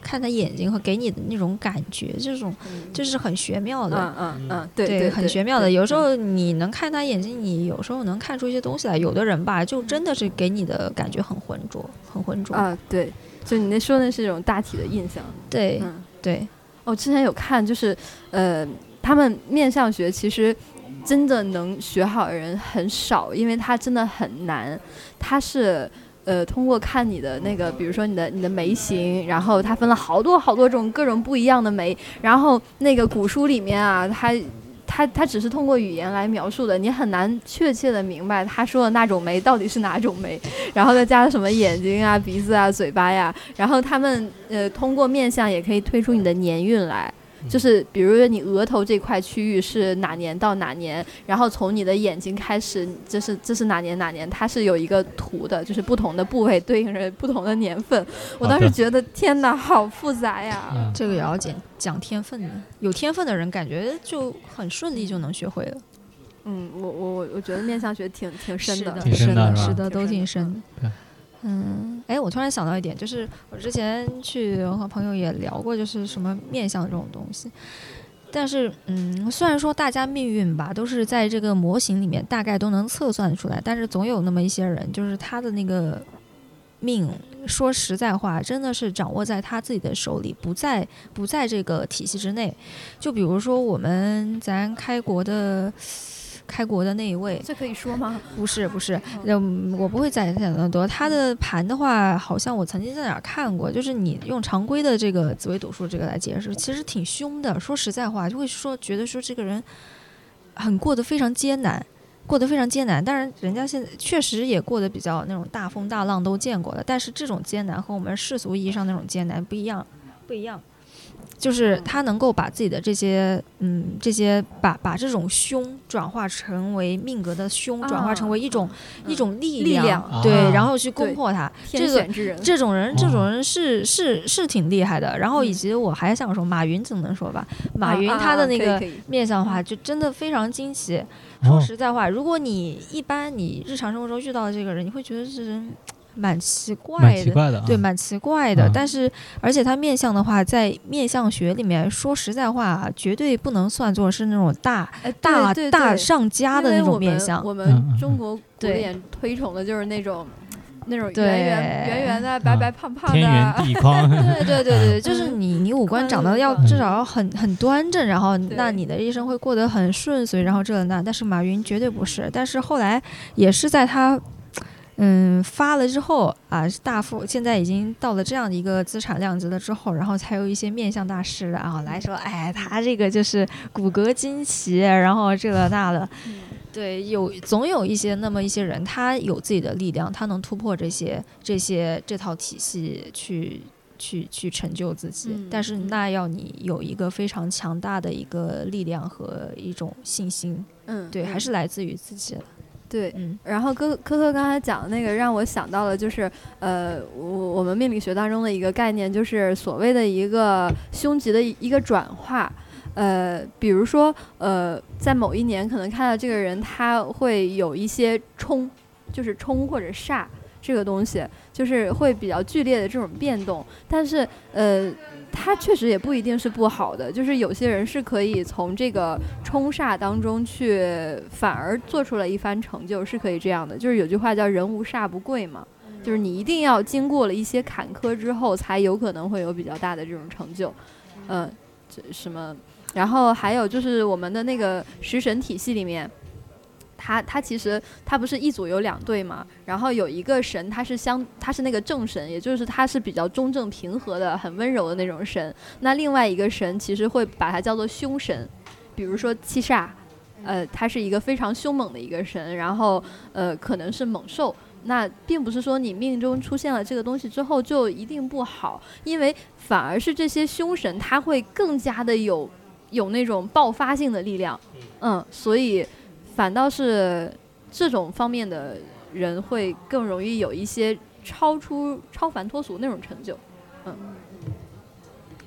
看他眼睛和给你的那种感觉，这种就是很玄妙的。 嗯嗯嗯，对对, 对， 很玄妙的。有时候你能看他眼睛，你有时候能看出一些东西来。有的人吧，就真的是给你的感觉很浑浊，很浑浊啊。对，就你那说的是这种大体的印象。 对， 嗯， 对。 我之前有看，就是呃，他们面相学其实真的能学好的人很少，因为它真的很难。它是呃通过看你的那个，比如说你的你的眉形，然后它分了好多好多种各种不一样的眉，然后那个古书里面啊，它它它只是通过语言来描述的，你很难确切的明白他说的那种眉到底是哪种眉，然后再加上什么眼睛啊、鼻子啊、嘴巴呀，然后他们呃通过面相也可以推出你的年运来。就是比如说你额头这块区域是哪年到哪年，然后从你的眼睛开始，这是这是哪年哪年，它是有一个图的，就是不同的部位对应着不同的年份。我当时觉得天哪，好复杂呀！ 嗯、这个也要讲讲天分的，有天分的人感觉就很顺利就能学会了。 嗯，我我我觉得面相学挺挺深的， 挺深的， 是的，都挺深的。 对。 嗯，哎，我突然想到一点，就是我之前去和朋友也聊过，就是什么面相这种东西。但是，嗯，虽然说大家命运吧都是在这个模型里面大概都能测算出来，但是总有那么一些人，就是他的那个命，说实在话，真的是掌握在他自己的手里，不在不在这个体系之内。就比如说我们咱开国的。开国的那一位， 这可以说吗？ 不是不是、嗯，我不会再讲那么多。他的盘的话，好像我曾经在哪儿看过，就是你用常规的这个紫微斗数这个来解释，其实挺凶的。说实在话，就会说觉得说这个人很过得非常艰难，过得非常艰难。当然，人家现在确实也过得比较那种大风大浪都见过的，但是这种艰难和我们世俗意义上那种艰难不一样，不一样。就是他能够把自己的这些，嗯，这些把把这种凶转化成为命格的凶，啊、转化成为一种、嗯、一种力量， 力量对、 啊， 然后去攻破它。 天选之人， 这个这种人，这种人是、哦、是是挺厉害的。然后以及我还想说，马云怎么能说吧？马云他的那个面相话就真的非常惊奇。 哦、 说实在话，如果你一般你日常生活中遇到的这个人，你会觉得这人。蛮奇怪的， 蛮奇怪的、啊， 对，蛮奇怪的。 嗯、 但是，而且他面相的话，在面相学里面，说实在话，绝对不能算作是那种大、 哎、 大对对对大上家的那种面相。 我们, 我们中国古典推崇的就是那种。那种圆圆圆圆的、白白胖胖的， 天圆地框。 对对对对，就是你你五官长得要至少要很很端正，然后那你的一生会过得很顺遂，然后这那。但是马云绝对不是，但是后来也是在他。嗯，发了之后啊，大富现在已经到了这样的一个资产量级了之后，然后才有一些面相大师啊来说，哎，他这个就是骨骼惊奇，然后这个那的， 嗯、 对，有总有一些那么一些人，他有自己的力量，他能突破这些这些这套体系去去去成就自己， 嗯、 但是那要你有一个非常强大的一个力量和一种信心， 嗯， 对，还是来自于自己的。 对， 嗯， 然后科科科刚才讲的那个让我想到了，就是呃，我我们命理学当中的一个概念，就是所谓的一个凶吉的一个转化。呃，比如说呃，在某一年可能看到这个人他会有一些冲，就是冲或者煞这个东西，就是会比较剧烈的这种变动，但是呃。它确实也不一定是不好的，就是有些人是可以从这个冲煞当中去反而做出了一番成就，是可以这样的。就是有句话叫人无煞不贵嘛，就是你一定要经过了一些坎坷之后才有可能会有比较大的这种成就。嗯，这什么，然后还有就是我们的那个食神体系里面，它它其实它不是一组有两对嘛，然后有一个神它是相它是那个正神，也就是它是比较中正平和的很温柔的那种神，那另外一个神其实会把它叫做凶神，比如说七煞，呃它是一个非常凶猛的一个神，然后呃可能是猛兽，那并不是说你命中出现了这个东西之后就一定不好，因为反而是这些凶神它会更加的有有那种爆发性的力量，嗯，所以反倒是这种方面的人会更容易有一些超出超凡脱俗那种成就，嗯。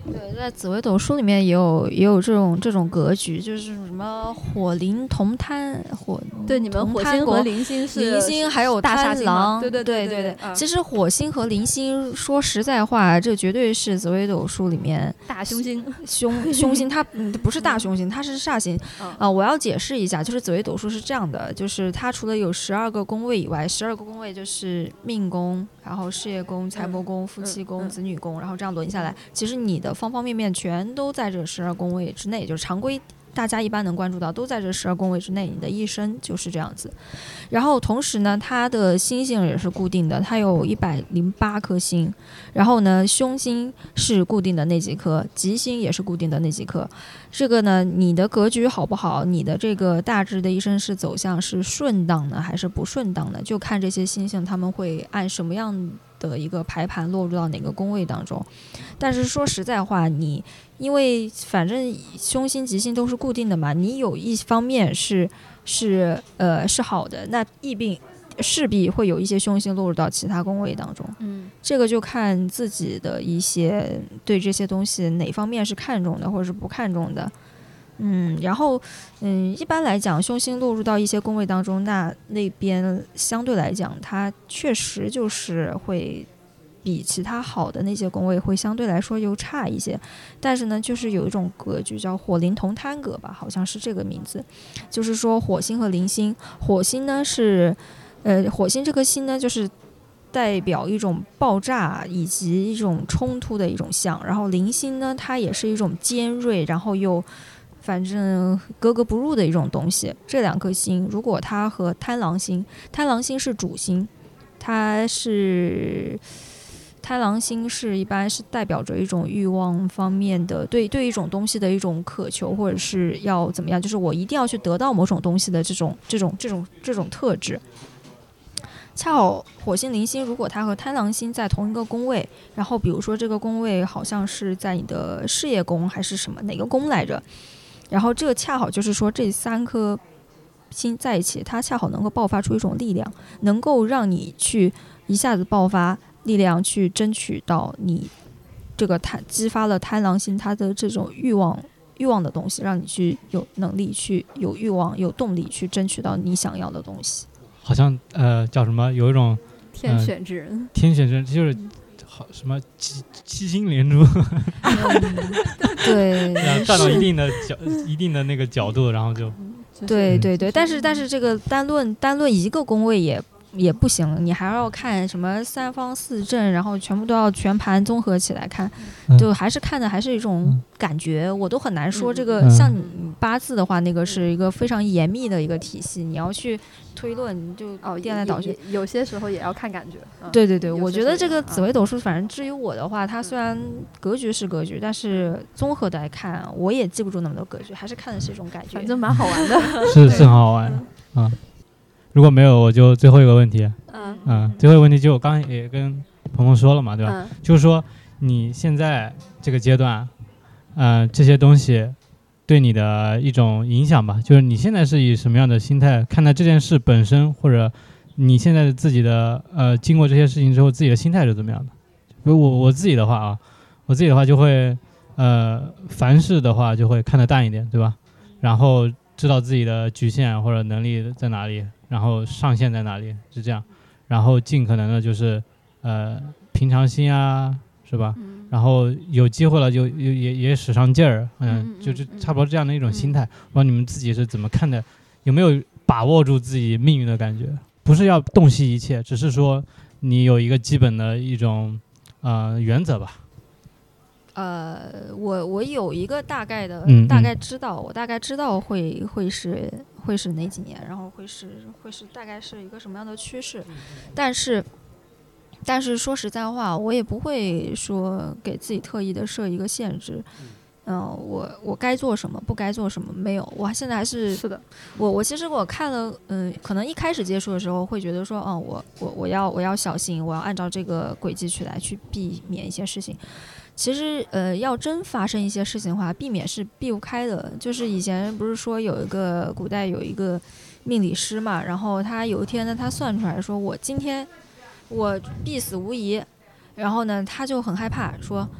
对，在紫微斗数里面也有也有这种这种格局，就是什么火灵同贪，火对，你们火星和铃星是铃星还有贪狼， 对对对对对、 嗯、 其实火星和铃星，说实在话，这绝对是紫微斗数里面大凶星， 凶凶星，它不是大凶星，它是煞星啊、呃。我要解释一下，就是紫微斗数是这样的，就是它除了有十二个宫位以外，十二个宫位就是命宫，然后事业宫、财帛宫、夫妻宫、子女宫，然后这样轮下来，其实你的方方面面全都在这十二宫位之内，就是常规大家一般能关注到都在这十二宫位之内，你的一生就是这样子。然后同时呢，它的星星也是固定的，它有一百零八颗星，然后呢凶星是固定的那几颗，吉星也是固定的那几颗。这个呢，你的格局好不好，你的这个大致的一生是走向是顺当的还是不顺当的，就看这些星星他们会按什么样的一个排盘落入到哪个宫位当中。但是说实在话，你因为反正凶星吉星都是固定的嘛，你有一方面是是呃是好的，那亦必势必会有一些凶星落入到其他宫位当中。 嗯， 这个就看自己的一些对这些东西哪方面是看重的或者是不看重的。嗯，然后嗯，一般来讲，凶星落入到一些宫位当中，那那边相对来讲，它确实就是会比其他好的那些宫位会相对来说又差一些。但是呢，就是有一种格局叫火灵同贪格吧，好像是这个名字，就是说火星和铃星，火星呢是，呃，火星这颗星呢就是代表一种爆炸以及一种冲突的一种象，然后铃星呢，它也是一种尖锐，然后又反正格格不入的一种东西。这两颗星如果它和贪狼星，贪狼星是主星，它是贪狼星是一般是代表着一种欲望方面的，对对一种东西的一种渴求，或者是要怎么样，就是我一定要去得到某种东西的这种这种这种这种特质。恰好火星铃星如果它和贪狼星在同一个宫位，然后比如说这个宫位好像是在你的事业宫还是什么哪个宫来着，然后这个恰好就是说这三颗星在一起，它恰好能够爆发出一种力量，能够让你去一下子爆发力量，去争取到你这个贪激发了贪狼星它的这种欲望欲望的东西，让你去有能力去有欲望有动力去争取到你想要的东西。 好像呃叫什么，有一种天选之人、呃、 天选之人就是好什么七七星连珠、 嗯、对站到一定的角一定的那个角度，然后就对对对，但是但是这个单论单论一个宫位也也不行，你还要看什么三方四正，然后全部都要全盘综合起来看，就还是看的还是一种感觉，我都很难说这个。像你八字的话，那个是一个非常严密的一个体系，你要去推论，你就哦颠来倒去， 有些时候也要看感觉。嗯、 对对对，我觉得这个紫微斗数，反正至于我的话，它虽然格局是格局，但是综合的来看，我也记不住那么多格局，还是看的是一种感觉， 反正蛮好玩的。 是是很好玩啊。嗯，如果没有，我就最后一个问题。 嗯嗯，最后一个问题就我刚才也跟鹏鹏说了嘛，对吧？ 嗯、 就是说你现在这个阶段，呃，这些东西对你的一种影响吧，就是你现在是以什么样的心态看待这件事本身，或者你现在自己的呃经过这些事情之后，自己的心态是怎么样的？比如我我自己的话啊，我自己的话就会呃凡事的话就会看得淡一点，对吧？然后知道自己的局限或者能力在哪里，然后上限在哪里，是这样。然后尽可能的就是呃平常心啊，是吧？嗯、然后有机会了就也也也使上劲儿，嗯，嗯就是差不多这样的一种心态。不知道你们自己是怎么看的？有没有把握住自己命运的感觉？不是要洞悉一切，只是说你有一个基本的一种呃原则吧。 呃，我我有一个大概的， 嗯、 大概知道，我大概知道会会是会是哪几年，然后会是会是大概是一个什么样的趋势，但是但是说实在话，我也不会说给自己特意的设一个限制。嗯、呃，我我该做什么，不该做什么没有。我现在还是是的， 我我其实我看了，嗯、呃，可能一开始接触的时候会觉得说，嗯，我我我要我要小心，我要按照这个轨迹去来去避免一些事情。其实，呃，要真发生一些事情的话，避免是避不开的。就是以前不是说有一个古代有一个命理师嘛，然后他有一天呢，他算出来说，我今天我必死无疑，然后呢，他就很害怕，说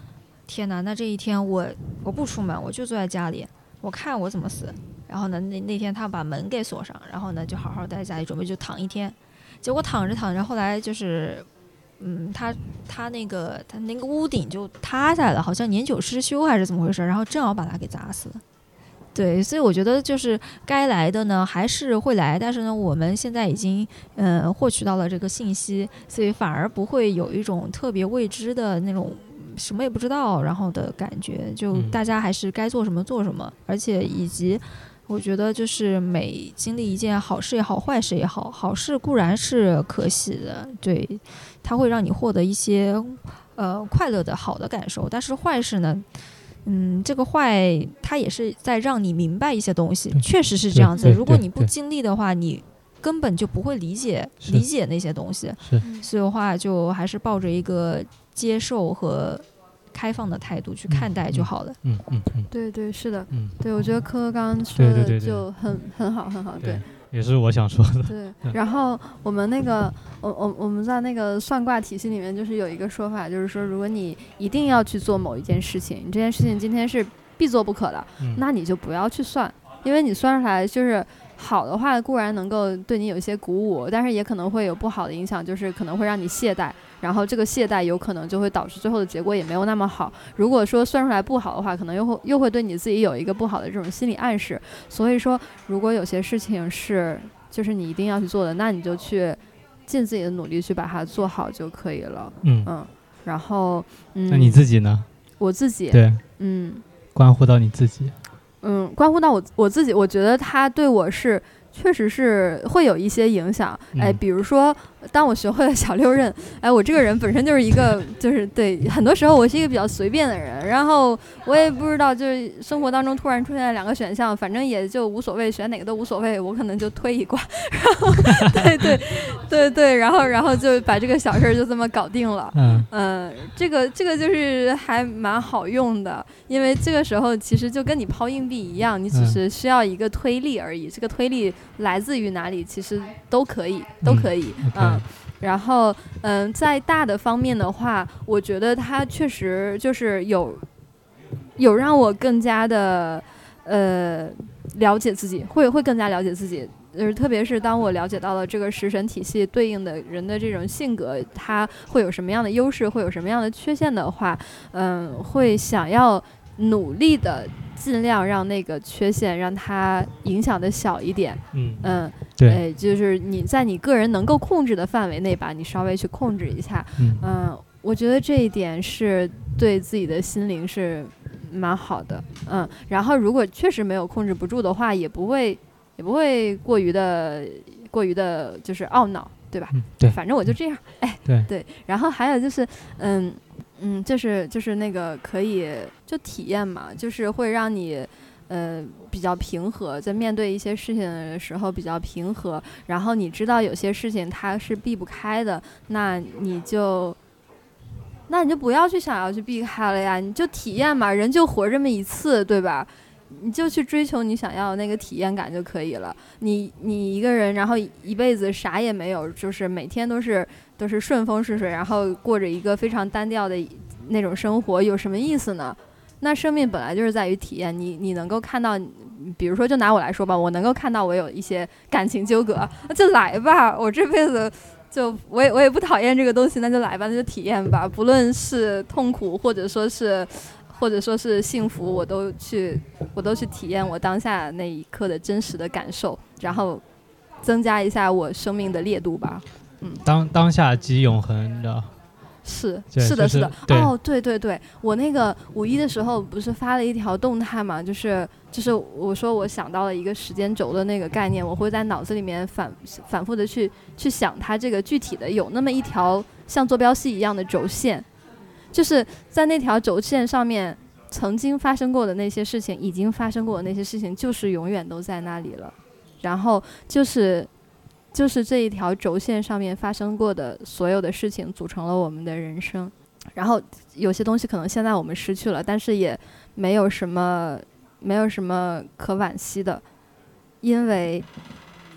天哪，那这一天我我不出门，我就坐在家里，我看我怎么死。然后呢，那那天他把门给锁上，然后呢就好好待在家里，准备就躺一天。结果躺着躺着，后来就是，嗯，他他那个他那个屋顶就塌下来了，好像年久失修还是怎么回事，然后正好把他给砸死了。对，所以我觉得就是该来的呢还是会来，但是呢我们现在已经呃获取到了这个信息，所以反而不会有一种特别未知的那种什么也不知道然后的感觉，就大家还是该做什么做什么、嗯、而且以及我觉得就是每经历一件好事也好坏事也好，好事固然是可喜的，对，它会让你获得一些呃快乐的好的感受，但是坏事呢嗯，这个坏它也是在让你明白一些东西，确实是这样子。如果你不经历的话，你根本就不会理解理解那些东西。所以的话，就还是抱着一个接受和开放的态度去看待就好了。 嗯嗯嗯， 对对是的， 嗯， 对，我觉得柯柯刚刚说的就很很好很好，对。 也是我想说的。 对，然后我们那个，我我我们在那个算卦体系里面，就是有一个说法，就是说，如果你一定要去做某一件事情，你这件事情今天是必做不可的，嗯、那你就不要去算，因为你算出来就是好的话，固然能够对你有一些鼓舞，但是也可能会有不好的影响，就是可能会让你懈怠，然后这个懈怠有可能就会导致最后的结果也没有那么好。如果说算出来不好的话，可能又会又会对你自己有一个不好的这种心理暗示。所以说，如果有些事情是就是你一定要去做的，那你就去尽自己的努力去把它做好就可以了。嗯嗯，然后嗯， 那你自己呢？ 我自己对， 嗯， 关乎到你自己。 嗯，关乎到我我自己，我觉得他对我是确实是会有一些影响。哎，比如说，当我学会了小六壬，哎，我这个人本身就是一个，就是对，很多时候我是一个比较随便的人，然后我也不知道，就是生活当中突然出现两个选项，反正也就无所谓，选哪个都无所谓，我可能就推一卦，然后对对对对，然后然后就把这个小事儿就这么搞定了。嗯嗯、呃，这个这个就是还蛮好用的，因为这个时候其实就跟你抛硬币一样，你只是需要一个推力而已，嗯、这个推力来自于哪里，其实都可以，都可以。嗯嗯，然后嗯，在大的方面的话，我觉得它确实就是有有让我更加的呃了解自己，会会更加了解自己。呃，特别是当我了解到了这个食神体系对应的人的这种性格，它会有什么样的优势，会有什么样的缺陷的话，嗯，会想要努力的尽量让那个缺陷让它影响的小一点。嗯嗯，对、呃，就是你在你个人能够控制的范围内吧，你稍微去控制一下。嗯、呃，我觉得这一点是对自己的心灵是蛮好的。嗯，然后如果确实没有控制不住的话，也不会也不会过于的过于的就是懊恼，对吧？嗯、对，反正我就这样。哎，对对。然后还有就是，嗯。嗯，就是就是那个可以就体验嘛，就是会让你呃比较平和，在面对一些事情的时候比较平和，然后你知道有些事情它是避不开的，那你就那你就不要去想要去避开了呀，你就体验嘛，人就活这么一次，对吧？你就去追求你想要的那个体验感就可以了。你你一个人，然后一辈子啥也没有，就是每天都是都是顺风顺水，然后过着一个非常单调的那种生活，有什么意思呢？那生命本来就是在于体验，你你能够看到，比如说就拿我来说吧，我能够看到我有一些感情纠葛，那就来吧，我这辈子就我也我也不讨厌这个东西，那就来吧，那就体验吧，不论是痛苦或者说是。或者说是幸福，我都去，我都去体验我当下那一刻的真实的感受，然后增加一下我生命的烈度吧。嗯， 当当下即永恒，你知道？ 是是的，是的。哦，对对对，我那个五一的时候不是发了一条动态嘛，就是就是我说我想到了一个时间轴的那个概念，我会在脑子里面反反复的去去想它这个具体的有那么一条像坐标系一样的轴线。就是在那条轴线上面曾经发生过的那些事情，已经发生过的那些事情，就是永远都在那里了。然后就是就是这一条轴线上面发生过的所有的事情组成了我们的人生。然后有些东西可能现在我们失去了，但是也没有什么没有什么可惋惜的，因为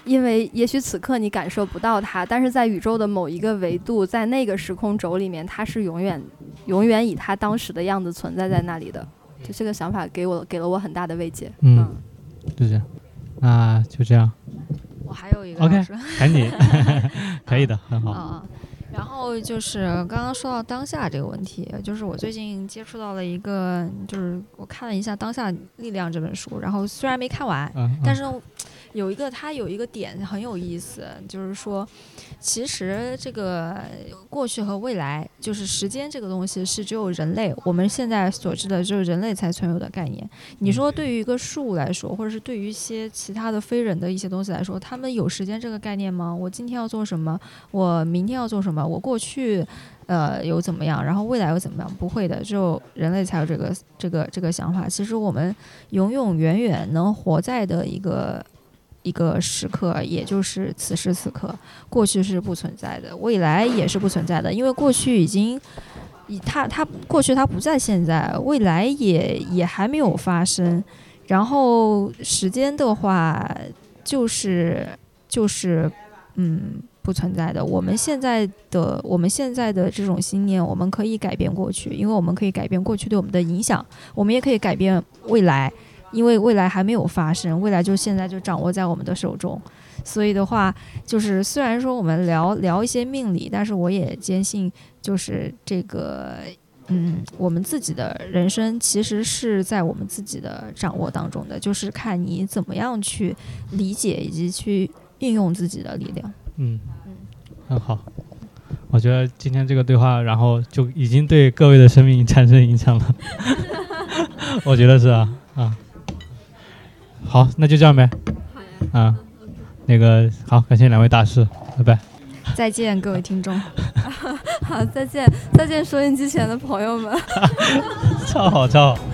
因为也许此刻你感受不到它，但是在宇宙的某一个维度，在那个时空轴里面，它是永远永远以它当时的样子存在在那里的。就这个想法给我给了我很大的慰藉。 嗯，嗯就这样，那就这样。 我还有一个 OK， 赶紧，可以的，很好。 啊，然后就是刚刚说到当下这个问题，就是我最近接触到了一个，就是我看了一下《当下力量》这本书，然后虽然没看完， 嗯嗯、 但是有一个它有一个点很有意思，就是说，其实这个过去和未来，就是时间这个东西是只有人类我们现在所知的，只有人类才存有的概念。你说对于一个树来说，或者是对于一些其他的非人的一些东西来说，他们有时间这个概念吗？我今天要做什么？我明天要做什么？我过去呃有怎么样？然后未来又怎么样？不会的，只有人类才有这个这个这个想法。其实我们永永远远能活在的一个。一个时刻，也就是此时此刻，过去是不存在的，未来也是不存在的，因为过去已经，它它过去它不在现在，未来也也还没有发生，然后时间的话，就是就是嗯不存在的。我们现在的我们现在的这种信念，我们可以改变过去，因为我们可以改变过去对我们的影响，我们也可以改变未来。因为未来还没有发生，未来就现在就掌握在我们的手中，所以的话，就是虽然说我们聊聊一些命理，但是我也坚信，就是这个，嗯，我们自己的人生其实是在我们自己的掌握当中的，就是看你怎么样去理解以及去运用自己的力量。 嗯嗯，很好。我觉得今天这个对话，然后就已经对各位的生命产生影响了。我觉得是啊啊。好，那就这样呗。啊，那个好，感谢两位大师，拜拜。 再见，各位听众。好，再见，再见，收音机前的朋友们。 超好，超好。